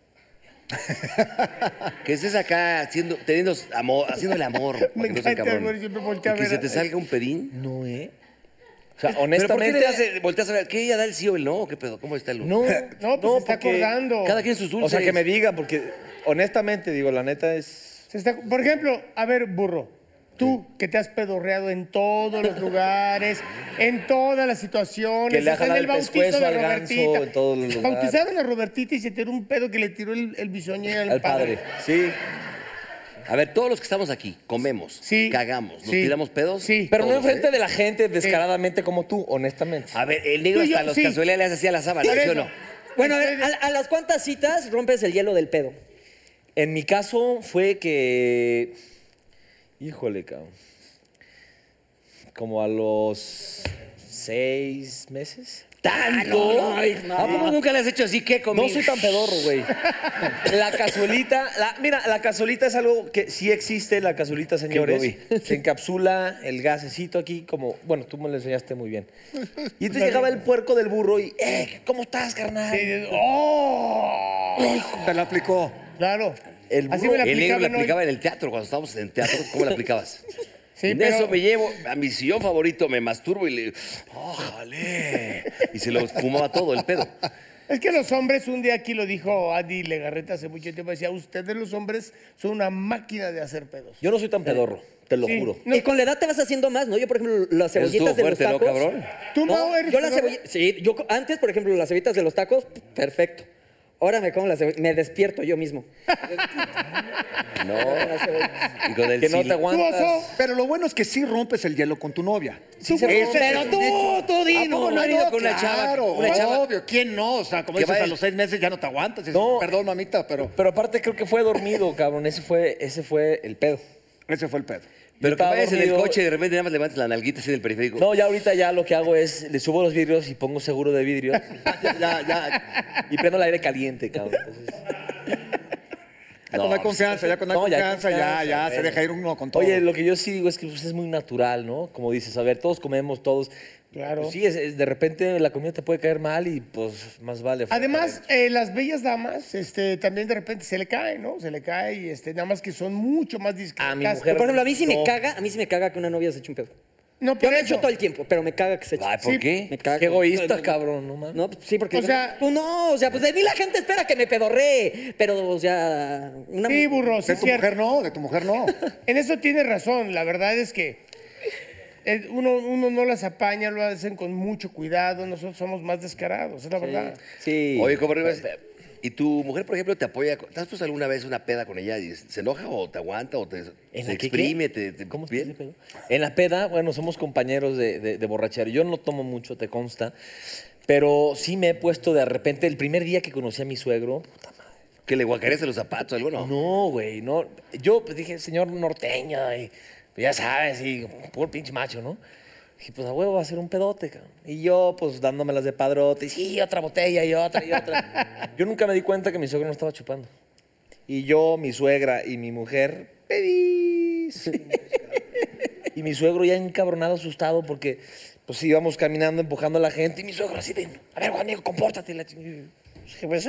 Que estés acá haciendo el amor. Me para que no sea encanta, cabrón. amor, siempre volteo Y a que ver se a- te salga un pedín. No, O sea, ¿Pero por qué honestamente... le das, volteas a ver? ¿Qué ella da el sí o el no? ¿Qué pedo? ¿Cómo está el No, No, pues se está porque acordando. Cada quien sus dulces. O sea, que me digan, porque honestamente, digo, la neta es... Por ejemplo, a ver, burro, tú que te has pedorreado en todos los lugares, en todas las situaciones, Que le ha hasta en jalado el el bautizo pescuezo de al ganso Robertita. en todos los lugares. Bautizaron a Robertita y se tiró un pedo que le tiró el bisoñé Al padre. Sí. A ver, todos los que estamos aquí, comemos, Sí. cagamos, nos Sí. tiramos pedos. Sí. Pero no todos, enfrente ¿eh? de la gente descaradamente como tú, honestamente. A ver, el negro Tú y yo, hasta los sí. cazuelas le hace así a la sábana, Por ¿sí o eso. no? Bueno, a ver, ¿a las cuántas citas rompes el hielo del pedo? En mi caso fue que... Híjole, cabrón. Como a los 6 meses. ¿Tanto? ¿A poco nunca le has hecho así? ¿Qué comí? No soy tan pedorro, güey. La cazuelita, mira, la cazuelita es algo que sí existe, la cazuelita, señores. comí? Se encapsula el gasecito aquí como, bueno, tú me lo enseñaste muy bien. Y entonces llegaba el puerco del burro y, ¿cómo estás, carnal? ¡Oh! Te la aplicó. Claro. El Así burro- me la El negro le aplicaban hoy. aplicaba en el teatro, cuando estábamos en teatro, ¿cómo le aplicabas? Sí, en pero- eso me llevo a mi sillón favorito, me masturbo y le... ¡Ójale! Y se lo fumaba todo el pedo. Es que los hombres, un día aquí lo dijo Andy Legarreta hace mucho tiempo, decía, ustedes los hombres son una máquina de hacer pedos. Yo no soy tan pedorro, te lo Sí. juro. No. Y con la edad te vas haciendo más, ¿no? Yo, por ejemplo, las Eso estuvo cebollitas de los fuerte, ¿no, tacos... cabrón? ¿Tú, No, Mau, eres yo las pedorro? cebollitas... Sí, yo antes, por ejemplo, las cebollitas de los tacos, perfecto. Ahora me como las cebollitas, me despierto yo mismo. No. Y con el Que no te sil- ¿Tú, aguantas. oso? Pero lo bueno es que sí rompes el hielo con tu novia. Sí se Ese rompe. es Pero el tú, hecho. tú ¿A dinos. poco no han ido con una chava? Claro, Una chava- obvio. ¿Quién no? O sea, como Que dices, vaya- a los 6 meses ya no te aguantas. Dices, No. Perdón, mamita, pero Pero aparte creo que fue dormido, cabrón. Ese fue el pedo. ese fue el pedo. Pero que estaba vayas en el dormido. coche y de repente nada más levantes la nalguita así en el periférico. No, ya ahorita ya lo que hago es, le subo los vidrios y pongo seguro de vidrio. ya. Y prendo el aire caliente, cabrón. Entonces, Ya cuando hay confianza, ya cuando hay no, ya hay confianza, ya se bueno. deja ir uno con todo. Oye, lo que yo sí digo es que pues, es muy natural, ¿no? Como dices, a ver, todos comemos, todos. Claro. Pues sí, de repente la comida te puede caer mal y pues más vale. Además, las bellas damas, también de repente se le cae, ¿no? Se le cae y nada más que son mucho más discretas. A mi mujer- Por ejemplo, a mí sí me No. caga que una novia se eche un pedo. No, Yo por lo he eso. hecho todo el tiempo, pero me caga que se eche. Ay, ¿por Sí. qué? Me caga. Qué egoísta, cabrón, no mames. No, pues, sí, porque O sea- tú no, o sea, pues de mí la gente espera que me pedorree, pero, o sea, una Sí, burro, sí De es tu cierto. mujer no, de tu mujer no. En eso tienes razón. La verdad es que uno no las apaña, lo hacen con mucho cuidado. Nosotros somos más descarados, es la verdad. Sí. Oye, ¿cómo arribas? ¿Y tu mujer, por ejemplo, te apoya? ¿Te has puesto alguna vez una peda con ella y se enoja o te aguanta o te ¿En se la qué, exprime? qué? Te ¿Cómo bien? está ese pedo? En la peda, bueno, somos compañeros de borrachera. Yo no tomo mucho, te consta. Pero sí me he puesto de repente, el primer día que conocí a mi suegro, puta madre. ¿Que le guacareas los zapatos algo no? No, güey, no. Yo pues, dije, señor norteño, y, pues, ya sabes, y puro pinche macho, ¿no? Dije, pues a huevo va a ser un pedote, cabrón. Y yo, pues dándomelas de padrote, y sí, otra botella y otra y otra. Yo nunca me di cuenta que mi suegro no estaba chupando. Y yo, mi suegra y mi mujer, pedís. Y mi suegro ya encabronado, asustado, porque pues íbamos caminando, empujando a la gente, y mi suegro así de, a ver, Juan Diego, compórtate. La chingada. Dije, pues,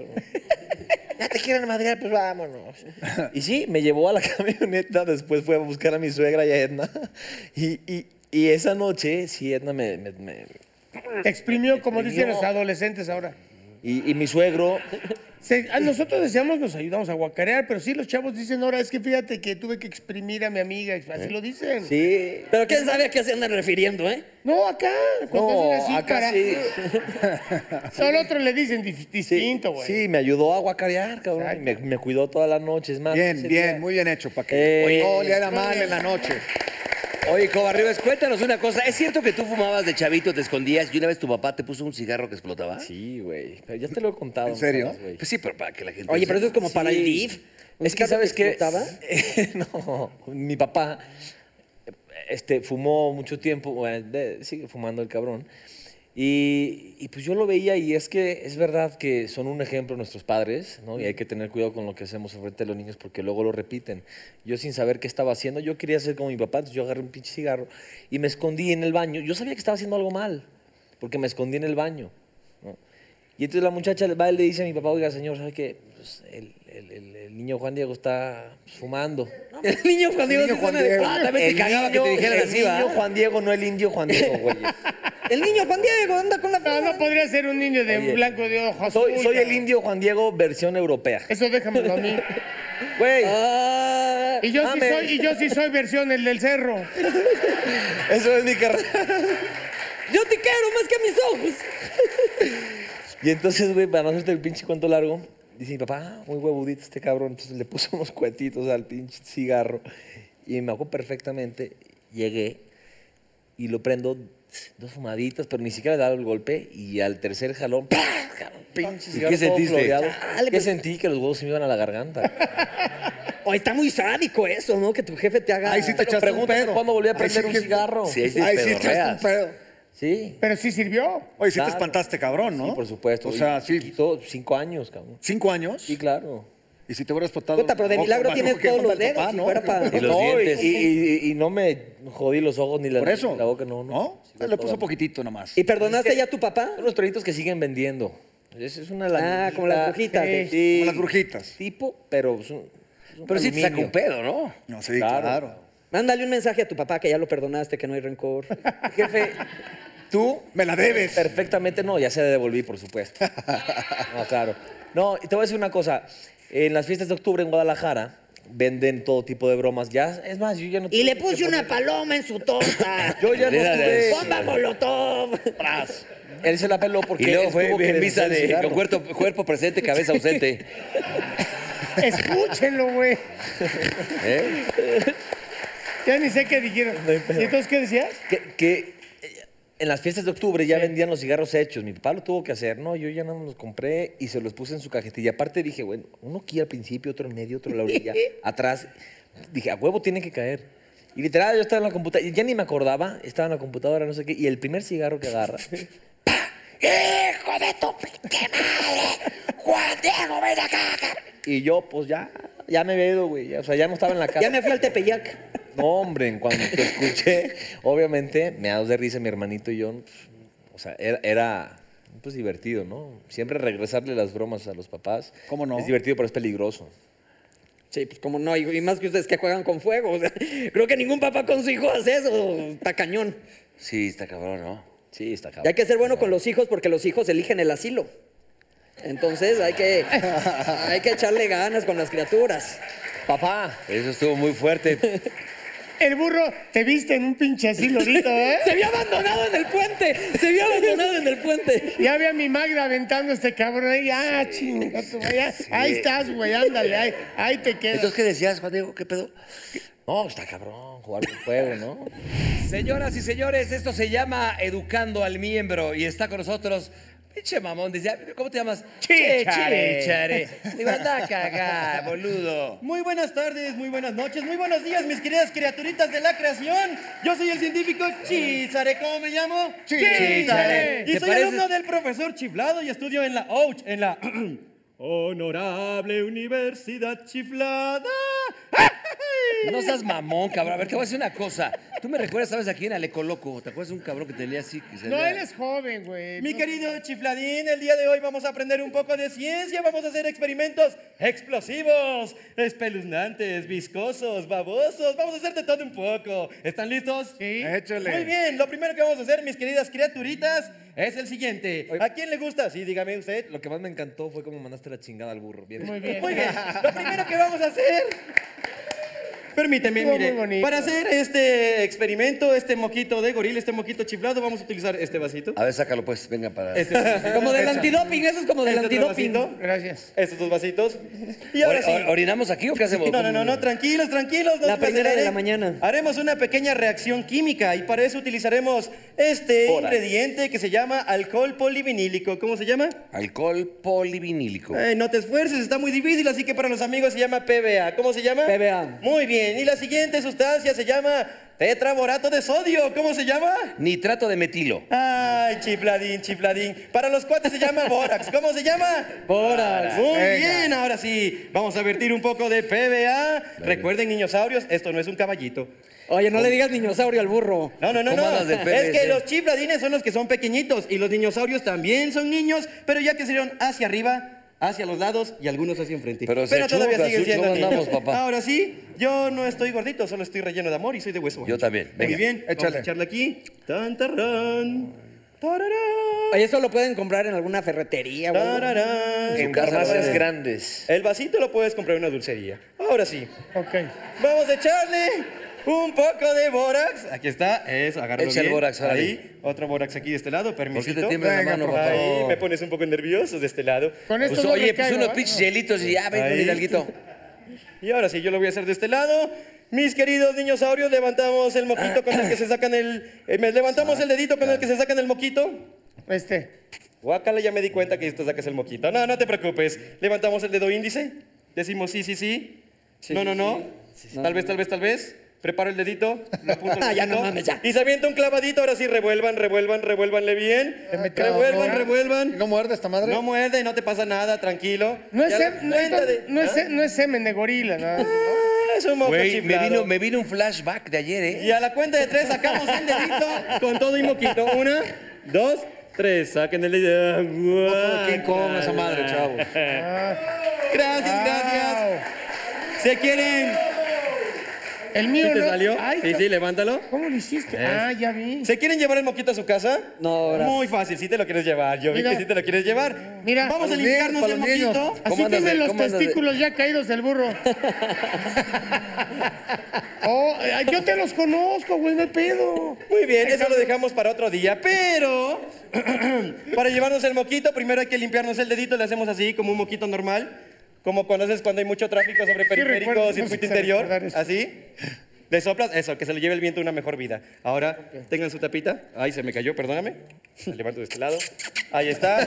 ya te quieren madrear, pues vámonos. Y sí, me llevó a la camioneta, después fue a buscar a mi suegra y a Edna. Y esa noche, sí, Edna Te exprimió, como dicen los adolescentes ahora. y mi suegro Nosotros decíamos, nos ayudamos a guacarear, pero sí los chavos dicen, ahora es que fíjate que tuve que exprimir a mi amiga, así lo dicen. Sí. Pero quién sabe a qué se andan refiriendo, ¿eh? No, acá, cuando No, hacen así, acá sí. Al otro le dicen distinto, güey. Sí, me ayudó a guacarear, cabrón. Y me cuidó toda la noche, es más. Bien, ese bien, día- muy bien hecho. Para que no le era mal bien. en la noche. Oye, Covarrubias, cuéntanos una cosa. ¿Es cierto que tú fumabas de chavito, te escondías y una vez tu papá te puso un cigarro que explotaba? Sí, güey. Pero ya te lo he contado. ¿En serio? muchas veces, güey. Pues sí, pero para que la gente... Oye, pero eso es como Sí. para el DIF. Es que, ¿sabes qué? ¿Explotaba? No, mi papá fumó mucho tiempo, bueno, sigue fumando el cabrón. Y pues yo lo veía y es que es verdad que son un ejemplo nuestros padres, ¿no? Y hay que tener cuidado con lo que hacemos frente a los niños porque luego lo repiten. Yo sin saber qué estaba haciendo, yo quería ser como mi papá, entonces yo agarré un pinche cigarro y me escondí en el baño. Yo sabía que estaba haciendo algo mal porque me escondí en el baño, ¿no? Y entonces la muchacha va y le dice a mi papá, oiga, señor, ¿sabe qué? Pues el niño Juan Diego está pues, fumando. El niño Juan Diego. El niño sí Juan suena de- Diego. Ah, también te cagaba que te dijeran así, El ¿va? niño Juan Diego, no el indio Juan Diego, güey. El niño Juan Diego anda con la No, no podría ser un niño de Oye, blanco de ojos. Soy azul, el cabrón. indio Juan Diego versión europea. Eso déjamelo a mí. Güey, Ah, Y yo, mames. sí soy versión el del cerro. eso es mi carrera. yo te quiero más que a mis ojos. Y entonces, güey, para no hacerte el pinche cuento largo, dice mi papá, muy huevudito este cabrón. Entonces le puso unos cuetitos al pinche cigarro. Y me acuerdo perfectamente, llegué y lo prendo, 2 fumaditas, pero ni siquiera le daba el golpe. Y al tercer jalón, ¡pah! Cabrón, pinche cigarro qué todo sentiste? floreado. Chale, ¿Qué pues- sentí? Que los huevos se me iban a la garganta. Oye, está muy sádico eso, ¿no? Que tu jefe te haga... Ahí sí te Pero echaste un pregúntame pedo. cuándo volví a Ahí prender sí un que- cigarro. Sí, ahí sí Ahí sí pedorreas. echaste un pedo. Sí. Pero sí sirvió. Oye, sí Claro. te espantaste, cabrón, ¿no? Sí, por supuesto. O sea, sí. 5 años, cabrón. 5 años. Sí, claro. Y si te hubieras explotado. Puta, pero de milagro tienes todos los dedos. Si fuera para... Y los No, dientes. Y no me jodí los ojos ni la, Por eso. ni la boca, no. ¿No? Sí, Le puso toda- poquitito nomás. ¿Y perdonaste ya a tu papá? Son los perritos que siguen vendiendo. Es una lanita. como las brujitas. Sí, Como las brujitas. Tipo, pero es un Pero sí te saca aluminio. un pedo, ¿no? No, sí, Claro. claro. Mándale un mensaje a tu papá que ya lo perdonaste, que no hay rencor. Jefe, tú Me la debes. perfectamente no, ya se la devolví, por supuesto. No, claro. No, y te voy a decir una cosa. En las fiestas de octubre en Guadalajara venden todo tipo de bromas. Ya, es más, yo ya no Y le tuve puse que una poner- paloma en su torta. Yo ya no Mira, tuve... ¡Bomba Molotov! Él se la peló porque Y luego él fue tuvo que en misa deshacer el de cigarro. con cuerpo presente, cabeza ausente. Escúchenlo, güey. ¿Eh? Ya ni sé qué dijeron. ¿Y entonces qué decías? Que en las fiestas de octubre ya vendían los cigarros hechos. Mi papá lo tuvo que hacer. No, yo ya no me los compré y se los puse en su cajetilla. Aparte dije, bueno, uno aquí al principio, otro en medio, otro en la orilla, atrás. Dije, a huevo tiene que caer. Y literal, yo estaba en la computadora, ya ni me acordaba, estaba en la computadora, no sé qué, y el primer cigarro que agarra, ¡pah! ¡Hijo de tu pinche madre! ¡Juan Diego, ven acá! Y yo, pues ya me había ido, güey. O sea, ya no estaba en la casa. Ya me fui al Tepeyac. No, hombre, en cuanto te escuché, obviamente, meados de risa mi hermanito y yo, pues, o sea, era pues divertido, ¿no? Siempre regresarle las bromas a los papás. ¿Cómo no? Es divertido, pero es peligroso. Sí, pues como no, y más que ustedes que juegan con fuego. O sea, creo que ningún papá con su hijo hace eso. Está cañón. Sí, está cabrón, ¿no? Sí, está Y cabrón. hay que ser bueno con los hijos porque los hijos eligen el asilo. Entonces hay que echarle ganas con las criaturas. Papá, Eso estuvo muy fuerte. El burro te viste en un pinche asilo ahorita, ¿eh? Se vio abandonado en el puente. Se vio abandonado en el puente. Ya vi a mi Magda aventando a este cabrón ahí. Ah, chinga, ahí estás, güey, ándale, ahí te quedas. Entonces, ¿qué decías, Juan Diego? ¿Qué pedo? no, está cabrón jugar con fuego, ¿no? Señoras y señores, esto se llama Educando al Miembro y está con nosotros. Pinche mamón, dice, ¿cómo te llamas? Chíchare. Chíchare. Digo, anda a cagar, boludo. Muy buenas tardes, muy buenas noches, muy buenos días, mis queridas criaturitas de la creación. Yo soy el científico Chízare, ¿cómo me llamo? Chízare. Y ¿Te soy pareces? alumno del profesor Chiflado y estudio en la OUCH, en la Honorable Universidad Chiflada. No seas mamón, cabrón. A ver, te voy a decir una cosa. Tú me recuerdas, ¿sabes a quién? A Leco Loco. ¿Te acuerdas de un cabrón que tenía así? Que se No, veía- él es joven, güey. Mi No. querido Chifladín, el día de hoy vamos a aprender un poco de ciencia, vamos a hacer experimentos explosivos, espeluznantes, viscosos, babosos, vamos a hacer de todo un poco. ¿Están listos? Sí. Échale. Muy bien, lo primero que vamos a hacer, mis queridas criaturitas, es el siguiente. ¿A quién le gusta? Sí, dígame usted. Lo que más me encantó fue cómo mandaste la chingada al burro. Bien. Muy bien. Muy bien. Lo primero que vamos a hacer. Permíteme, Estuvo mire. muy bonito. Para hacer este experimento, este moquito de gorila, este moquito chiflado, vamos a utilizar este vasito. A ver, sácalo pues, venga para... Este vasito. Como del antidoping, eso es como del Este otro antidoping. vasito. Gracias. Estos dos vasitos. Y ahora sí. ¿Orinamos aquí o qué hacemos? No, tranquilos, tranquilos. La se me primera de acelere. la mañana. Haremos una pequeña reacción química y para eso utilizaremos este ingrediente que se llama alcohol polivinílico. ¿Cómo se llama? Alcohol polivinílico. No te esfuerces, está muy difícil, así que para los amigos se llama PBA. ¿Cómo se llama? PBA. Muy bien. Y la siguiente sustancia se llama tetraborato de sodio. ¿Cómo se llama? Nitrato de metilo. Ay, chifladín, chifladín. Para los cuates se llama bórax. ¿Cómo se llama? Bórax. Muy bien, ahora sí. Vamos a vertir un poco de PBA. Recuerden, niñosaurios, esto no es un caballito. Oye, no le digas niñosaurio al burro. No. ¿Cómo andas de Es PVC? que los chifladines son los que son pequeñitos y los dinosaurios también son niños, pero ya que salieron hacia arriba, hacia los lados y algunos hacia enfrente. Pero se todavía chupa, siguen siendo ¿cómo niños. andamos, papá? Ahora sí, yo no estoy gordito, solo estoy relleno de amor y soy de hueso. Yo también, Muy venga. bien, vamos Échale. a echarle aquí. Tan, tarán, tararán, Oye, eso lo pueden comprar en alguna ferretería, güey. tararán. En casa, farmacias güey. grandes. El vasito lo puedes comprar en una dulcería. Ahora sí, Ok. vamos a echarle un poco de bórax. Aquí está, eso, agárralo Echa el bien. bórax, órale. Ahí, otro bórax aquí de este lado, ¿Por qué permisito. te tiembla la Venga, mano, por papá? Ahí, me pones un poco nervioso de este lado. Con esto Pues no oye, pues recaigo, unos ¿eh? pinches hielitos y ya, ven con Ahí. el alguito. Y ahora sí, yo lo voy a hacer de este lado. Mis queridos niñosaurios, levantamos el moquito con el que se sacan el... levantamos el dedito con el que se sacan el moquito. Guácala, ya me di cuenta que esto sacas el moquito. No, no te preocupes. Levantamos el dedo índice. Decimos sí, sí, sí. No. Tal vez. Preparo el dedito. Lo apunto al Ya no moquito, mames, ya. Y se avienta un clavadito. Ahora sí, revuélvanle bien. Revuelvan. ¿No muerde esta madre? No muerde, no te pasa nada, tranquilo. No es, Ya, cuenta de- ¿Ah? no es semen de gorila, ¿no? Es un moco Güey, chiflado. me vino un flashback de ayer, ¿eh? Y a la cuenta de 3 sacamos el dedito con todo y moquito. 1, 2, 3. Saquen el dedito. ¿Quién come esa madre, chavo? Gracias. ¿Se quieren? El mío ¿Sí te no. salió? Ay, Sí, levántalo. ¿Cómo lo hiciste? Ah, ya vi. ¿Se quieren llevar el moquito a su casa? No, gracias. Muy fácil, si te lo quieres llevar. Yo vi Mira. que sí te lo quieres llevar. Mira. Vamos a Para los limpiarnos niños, el para los niños. moquito. Así ¿Cómo andas tienen de- los cómo andas de- testículos ya caídos del burro. Yo te los conozco, güey, no hay pedo. Muy bien, eso lo dejamos para otro día, pero para llevarnos el moquito, primero hay que limpiarnos el dedito, le hacemos así, como un moquito normal, como conoces cuando hay mucho tráfico sobre periférico, recuerdo, circuito no sé interior, recordar eso. así. Le soplas, eso, que se le lleve el viento una mejor vida. Ahora, tengan su tapita. Ay, se me cayó, perdóname. La levanto de este lado. Ahí está.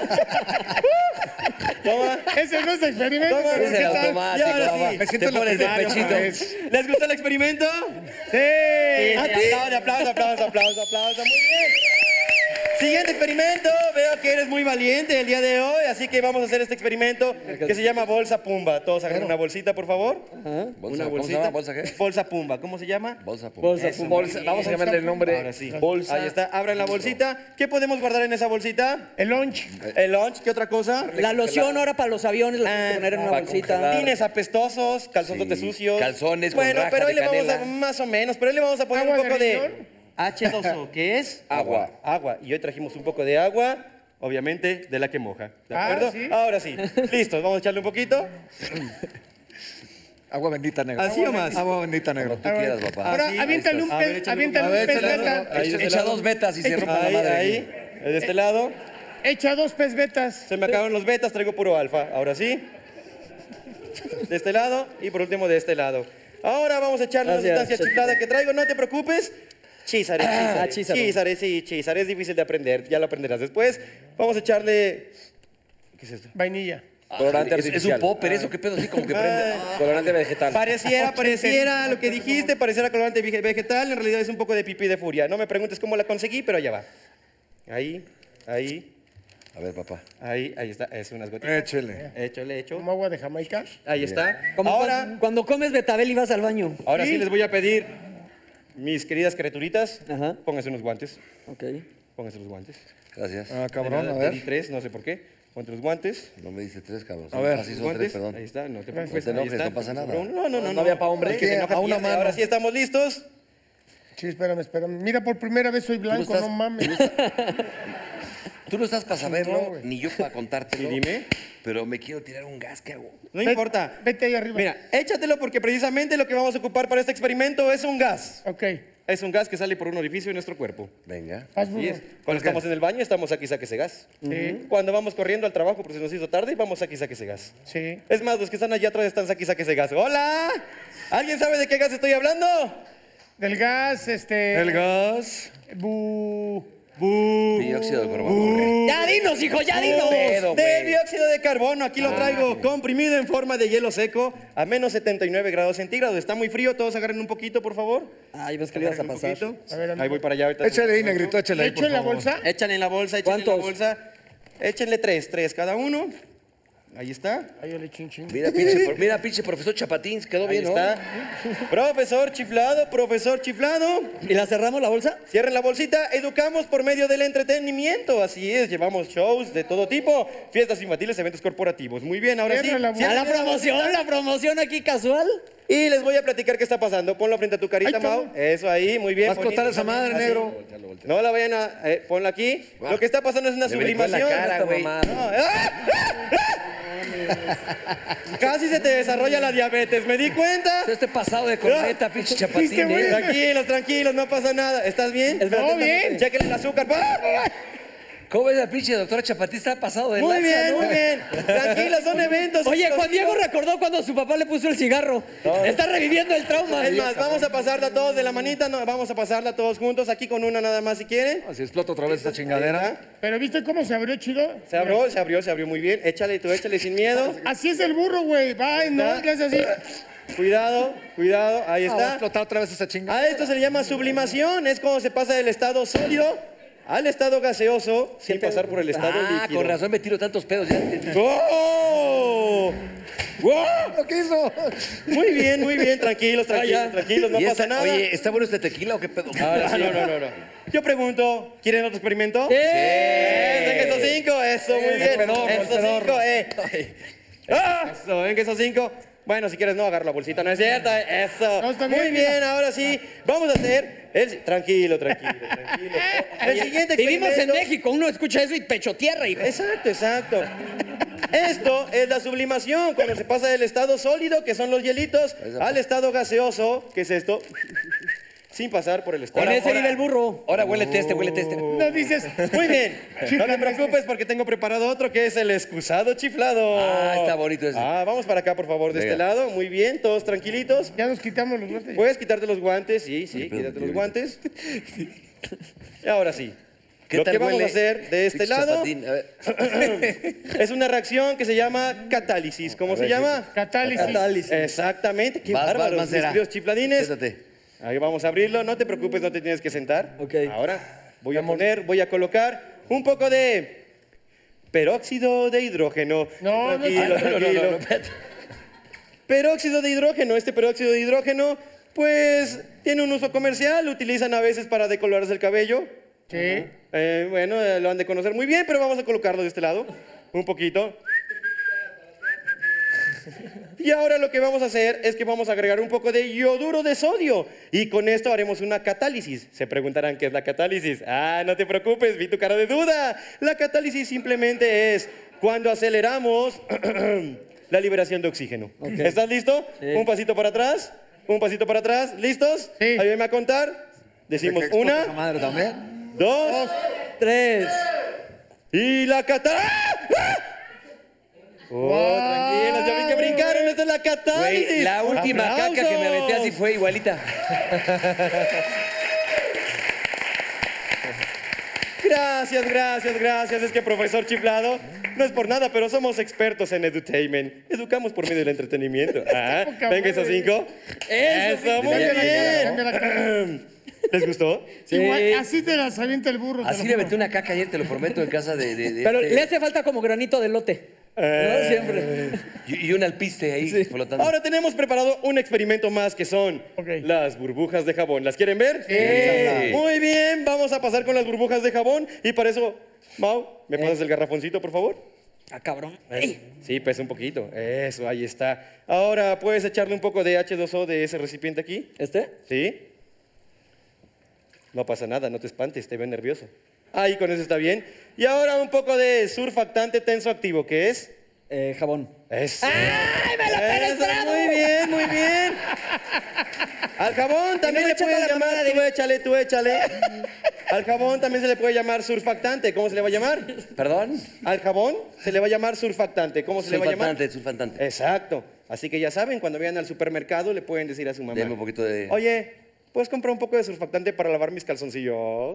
Toma. Ese no es experimento. Toma, pero Es ¿qué el tal? automático, Ya, ahora papá. sí. Me siento Te en la pones de primaria pechito. otra vez. ¿Les gustó el experimento? Sí. ¿A ti? Aplauso. Muy bien. Siguiente experimento. Veo que eres muy valiente el día de hoy, así que vamos a hacer este experimento que se llama bolsa pumba. Todos agarren una bolsita, por favor. Bolsa, Una ¿cómo se llama? ¿Bolsa qué? Bolsa pumba. ¿Cómo se llama? Bolsa pumba. Eso, muy bien. Vamos a llamarle el nombre. Ahora sí. Bolsa. Ahí está. Abran la bolsita. ¿Qué podemos guardar en esa bolsita? El lunch. El lunch. ¿Qué otra cosa? La loción ahora para los aviones la tienes que poner en una para bolsita. congelar. Pines apestosos, calzones Sí, sucios. calzones con Bueno, raja pero hoy de le vamos a, canela. más o menos, pero hoy le vamos a poner ¿Agua un de poco de riñón? H2O, ¿qué es? Agua. Agua. Y hoy trajimos un poco de agua, obviamente, de la que moja. ¿De Ah, acuerdo? ¿sí? Ahora sí. Listo, vamos a echarle un poquito. Agua bendita negra. ¿Así o más? Agua bendita negra. Tú quieras, papá. Ahora, sí, aviéntale ahí un está. A ver, pez, échale aviéntale un un poquito. pez A ver, beta. échale. Ahí de este Echa lado. dos betas y se rompe la Ahí, madre. ahí. De este lado. Echa 2 pez betas. Se me acabaron los betas, traigo puro alfa. Ahora sí. De este lado y por último de este lado. Ahora vamos a echarle la Gracias, sustancia Cheto. chiflada que traigo, no te preocupes. Chízare. chízaro. Chízare es difícil de aprender, ya lo aprenderás después. Vamos a echarle... ¿Qué es esto? Vainilla. Colorante Es un artificial. popper, eso, ¿qué pedo? Así como que prende. Ay, Colorante vegetal. Pareciera lo que dijiste, pareciera colorante vegetal, en realidad es un poco de pipí de furia. No me preguntes cómo la conseguí, pero allá va. Ahí. A ver, papá. Ahí está, es unas gotitas. Échele. Hecho. Como agua de Jamaica. Ahí está. Como Ahora, cuando comes betabel y vas al baño. ahora sí les voy a pedir, mis queridas criaturitas, Ajá. pónganse unos guantes. Ok. Pónganse los guantes. Gracias. Ah, cabrón, a Pedí ver. 3, no sé por qué. Ponte los guantes. No me dice 3, cabrón. A ver, Así son Guantes. 3, perdón. Ahí está, no te No preocupes. te enojes, ahí está. no pasa nada. No. ¿No había pa' hombre? El que se enoja A una pierde. mano. Ahora sí estamos listos. Sí, espérame. Mira, por primera vez soy blanco, estás- no mames. Tú no estás para saberlo, No, güey. ni yo para contártelo. Sí, dime. Pero me quiero tirar un gas, ¿qué hago? No importa. Vete ahí arriba. Mira, échatelo porque precisamente lo que vamos a ocupar para este experimento es un gas. Ok. Es un gas que sale por un orificio en nuestro cuerpo. Venga. Haz Así burro. es. Cuando estamos en el baño, estamos aquí, saque ese gas. Sí. Cuando vamos corriendo al trabajo porque se nos hizo tarde, vamos aquí, saque ese gas. Sí. Es más, los que están allá atrás están aquí, saque ese gas. ¡Hola! ¿Alguien sabe de qué gas estoy hablando? Del gas, El gas. Dióxido de carbono. Ya dinos, hijo, ya dinos. Pedo, De güey. dióxido de carbono, aquí lo traigo comprimido en forma de hielo seco a menos 79 grados centígrados. Está muy frío, todos agarren un poquito, por favor. Ay, ves que le ibas a Agarren un pasar. poquito. A ver, amigo. Ahí voy para allá. ahorita. Échale ahí, negrito, échale ¿Le ahí, echo por en la favor. bolsa? Échenle en la bolsa, échenle en la ¿Cuántos? bolsa. Échenle tres cada uno. Ahí está. Ahí yo le echo un chingo. Mira, pinche profesor Chapatín, quedó Ahí bien, ¿no? está. Profesor chiflado, profesor chiflado. ¿Y la cerramos la bolsa? Cierren la bolsita, educamos por medio del entretenimiento. Así es, llevamos shows de todo tipo, fiestas infantiles, eventos corporativos. Muy bien, ahora sí. Cierra la bolsa. A cierren la promoción aquí casual. Y les voy a platicar qué está pasando. Ponlo frente a tu carita, Ay, Mau. cabrón. Eso ahí, muy bien. Vas a explotar bonito esa madre, también, negro. así. No la vayan a... ponla aquí. Lo que está pasando es una Le brincó en la sublimación. cara, güey. No, Casi se te desarrolla la diabetes, me di cuenta. Este pasado de corneta, pinche ¿Viste, Chapatín, güey? ¿eh? Tranquilos, tranquilos, no pasa nada. ¿Estás bien? Todo bien. Chequen el azúcar. ¿Cómo ves al pinche doctor Chapatín? Está pasado de Muy lanza, bien, ¿no? muy bien. Tranquilos, son eventos. Oye, chicos. Juan Diego recordó cuando su papá le puso el cigarro. Está reviviendo el trauma. Es más, vamos a pasarla todos de la manita, no, vamos a pasarla todos juntos, aquí con una nada más si quieren. Así explota otra vez esta chingadera. Pero ¿viste cómo se abrió, chido? Se abrió muy bien. Échale tú, échale sin miedo. Así es el burro, güey. Va, no, le haces así. Cuidado, cuidado, ahí Ah, va a está. explotar otra vez esta chingada. A esto se le llama sublimación, es cuando se pasa del estado sólido al estado gaseoso sin pasar por el estado Ah, líquido. con razón me tiro tantos pedos. Ya. ¡Oh! ¡Wow! ¿Lo que hizo? Muy bien, tranquilos, tranquilos, no Y pasa esta- nada. Oye, ¿está bueno este tequila o qué pedo? No. Yo pregunto, ¿quieren otro experimento? ¡Sí! Venga esos 5, eso, muy bien. Esos 5, Eso, venga esos 5. Bueno, si quieres no, agarro la bolsita, no es cierto. Eso. No, está bien, Muy mira. bien, ahora sí. Vamos a hacer el... Tranquilo. El siguiente Vivimos en experimento- México, uno escucha eso y pecho tierra, hijo. Exacto. Esto es la sublimación, cuando se pasa del estado sólido, que son los hielitos, al estado gaseoso, que es esto, sin pasar por el estado. En ese vive el burro. Ahora huélete este. No dices. Muy bien, no te preocupes porque tengo preparado otro que es el excusado chiflado. Ah, está bonito ese. Vamos para acá, por favor, de Venga. este lado. Muy bien, todos tranquilitos. Ya nos quitamos los guantes. Puedes quitarte los guantes, sí, quítate los guantes. Y ahora sí. ¿Qué Lo tal que vamos huele? a hacer de este Pinche lado Chapatín, a ver. es una reacción que se llama catálisis. ¿Cómo se llama? Catálisis. Exactamente, qué Vas, bárbaros, mis Mancera. queridos chifladines. Siéntate. Ahí vamos a abrirlo, no te preocupes, no te tienes que sentar. Ok. Ahora voy a colocar un poco de peróxido de hidrógeno. No, tranquilo, tranquilo. espérate. Peróxido de hidrógeno, este peróxido de hidrógeno, pues tiene un uso comercial, lo utilizan a veces para decolorarse el cabello. Sí. Lo han de conocer muy bien, pero vamos a colocarlo de este lado, un poquito. Y ahora lo que vamos a hacer es que vamos a agregar un poco de yoduro de sodio y con esto haremos una catálisis. Se preguntarán qué es la catálisis. No te preocupes, vi tu cara de duda. La catálisis simplemente es cuando aceleramos la liberación de oxígeno. ¿Estás listo? Un pasito para atrás, ¿listos? Sí. Ayúdenme a contar. Decimos Explota esa una, madre también. 2, 3. y la catálisis. Tranquilos, ya vi que brincaron, esta es la catálisis. Güey, la última caca que me aventé así fue igualita. Gracias. Es que profesor chiflado, no es por nada, pero somos expertos en edutainment. Educamos por medio del entretenimiento. Venga esos 5. Eso, muy Cambia la cara. bien. ¿Les gustó? Igual, así te las avienta el burro. te Así lo le juro. aventé una caca ayer, te lo prometo, en casa de Pero este- le hace falta como granito de lote. ¿No? Siempre. y un alpiste ahí flotando. Ahora tenemos preparado un experimento más que son Ok. las burbujas de jabón. ¿Las quieren ver? Sí. Muy bien, vamos a pasar con las burbujas de jabón y para eso, Mau, ¿me pasas el garrafoncito, por favor? Cabrón. Sí, pesa un poquito. Eso, ahí está. Ahora, ¿puedes echarle un poco de H2O de ese recipiente aquí? ¿Este? ¿Sí? No pasa nada, no te espantes, te veo nervioso. Ahí con eso está bien. Y ahora un poco de surfactante tensoactivo, ¿qué es? Jabón. Eso. ¡Ay, me la pegó esperado! Muy bien, muy bien. Al jabón también le puedes llamar, tú échale. Al jabón también se le puede llamar surfactante. ¿Cómo se le va a llamar? ¿Perdón? Al jabón se le va a llamar surfactante. ¿Cómo se le va a llamar? Surfactante. Exacto. Así que ya saben, cuando vayan al supermercado le pueden decir a su mamá. Deme un poquito de... Oye, ¿puedes comprar un poco de surfactante para lavar mis calzoncillos?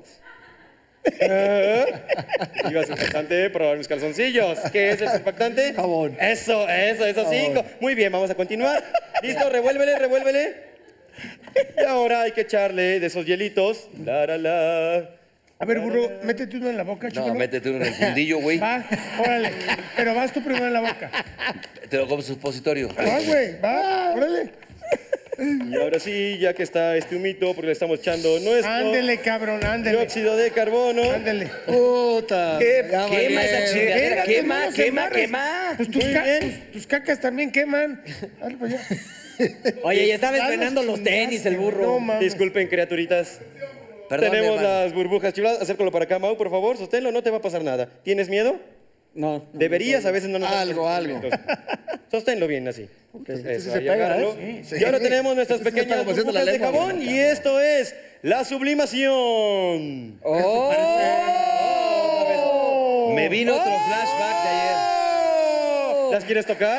Digo, surfactante para lavar mis calzoncillos. ¿Qué es el surfactante? Jabón. Eso, 5. Muy bien, vamos a continuar. ¿Listo? Revuélvele. Y ahora hay que echarle de esos hielitos. A ver, burro, métete uno en la boca, chico. No, métete uno en el fundillo, güey. Va, órale. Pero vas tú primero en la boca. Te lo como supositorio. Va, güey, va, órale. Y ahora sí, ya que está este humito, porque le estamos echando nuestro Ándele, cabrón, ándele. dióxido de carbono. Ándele. Puta. Quema esa chingadera, Espérate, quema. no se amarres. Pues tus cacas también queman. Dale para allá. Oye, y estaba estrenando los tenis, el burro. No, mames. Disculpen, criaturitas. Perdón, Tenemos hermano. las burbujas chifladas. Acércalo para acá, Mau, por favor. Sosténlo, no te va a pasar nada. ¿Tienes miedo? No. Deberías, a veces no nos Algo. Sosténlo bien, así. Eso, se ahí pega, agárralo. ¿eh? Y ahora tenemos nuestras Este sí se pequeñas pega haciendo la burbujas de lengua, jabón güey. y esto es la sublimación. ¡Oh! Me vino otro flashback de ayer. ¿Las quieres tocar?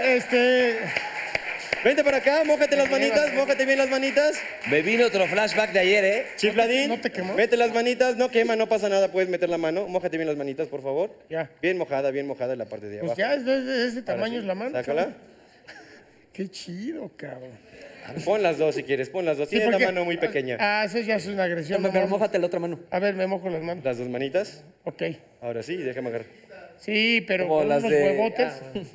Vente para acá, mójate las manitas, mójate bien las manitas. Me vino otro flashback de ayer, ¿eh? Chifladín, ¿No te quemó? mete las manitas, no quema, no pasa nada, puedes meter la mano. Mójate bien las manitas, por favor. Ya. Bien mojada en la parte de abajo. Pues ya, es de ese Ahora tamaño sí, es la mano. Sácala. cabrón. Qué chido, cabrón. Pon las dos si quieres, pon las dos. Sí, Tienes la porque- mano muy pequeña. Eso ya es una agresión. Pero no mames. mójate la otra mano. A ver, me mojo las manos. Las dos manitas. Ok. Ahora sí, déjame agarrar. Sí, pero Como con las unos de- huevotes.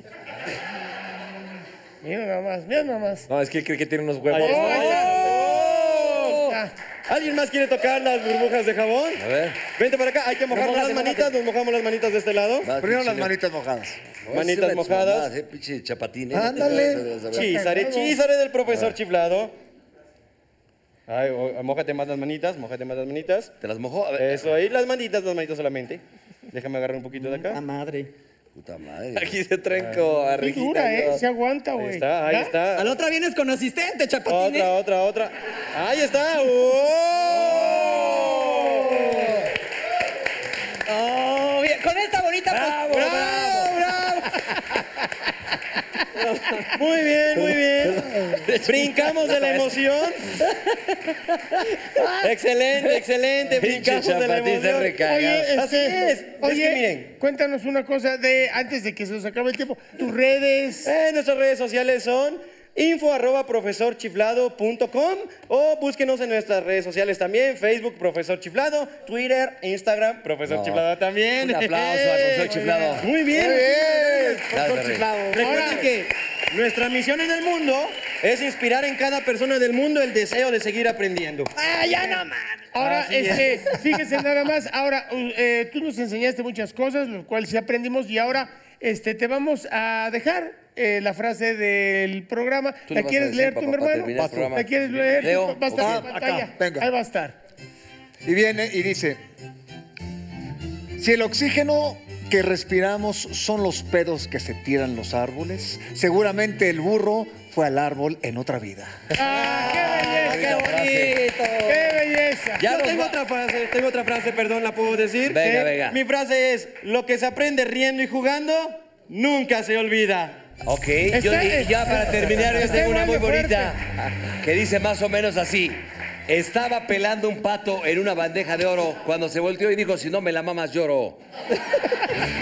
Mira nada más, mira nada más. No, es que él cree que tiene unos huevos. Ahí está. ¡Oh! Ah, ¿Alguien más quiere tocar las burbujas de jabón? A ver. Vente para acá, hay que mojar las manitas, nos mojamos las manitas de este lado. Va, Primero las pinche- manitas mojadas. Manitas Tus mojadas. mamadas, pinche chapatín. Ándale. Chízare del profesor chiflado. Ay, mójate más las manitas, ¿Te las mojó? A ver. Eso ahí, las manitas solamente. Déjame agarrar un poquito de La acá. madre. Puta madre. Aquí se trenco a qué Regina. dura, y todo. Se aguanta, Ahí güey. está, ahí ¿Ya? A está. la otra vienes con asistente, chapatín. Otra. Ahí está. ¡Oh! Oh, bien. Con esta bonita. ¡Bravo! Muy bien. Brincamos de la emoción. Excelente. Brincamos de la chapatín se emoción. recaga. Oye, Así es. Oye, Es que miren. cuéntanos una cosa antes de que se nos acabe el tiempo. Tus redes. Nuestras redes sociales son info@profesorchiflado.com o búsquenos en nuestras redes sociales también, Facebook Profesor Chiflado, Twitter, Instagram Profesor No. Chiflado también. Un aplauso al profesor Chiflado. Muy bien. Gracias, Rey. Recuerden que nuestra misión en el mundo es inspirar en cada persona del mundo el deseo de seguir aprendiendo. Ahora, Así es. fíjense nada más. Ahora, tú nos enseñaste muchas cosas, lo cual sí aprendimos, y ahora te vamos a dejar la frase del programa. Tú le ¿La vas a quieres decir, leer tú, papá, mi para hermano? terminar el programa. ¿La quieres leer? Leo, Va a estar en ok. pantalla. Acá, venga. Ahí va a estar. Y viene y dice, si el oxígeno que respiramos son los pedos que se tiran los árboles, seguramente el burro fue al árbol en otra vida. ¡Ah, qué ¡Qué belleza! bonito! ¡Qué belleza! Ya Yo nos tengo va- otra frase, perdón, ¿la puedo decir? Venga, venga. Mi frase es, lo que se aprende riendo y jugando, nunca se olvida. Ok, Está- y ya para terminar, yo está tengo una muy igual de bonita que dice más o menos así. Estaba pelando un pato en una bandeja de oro cuando se volteó y dijo, si no me la mamas lloro.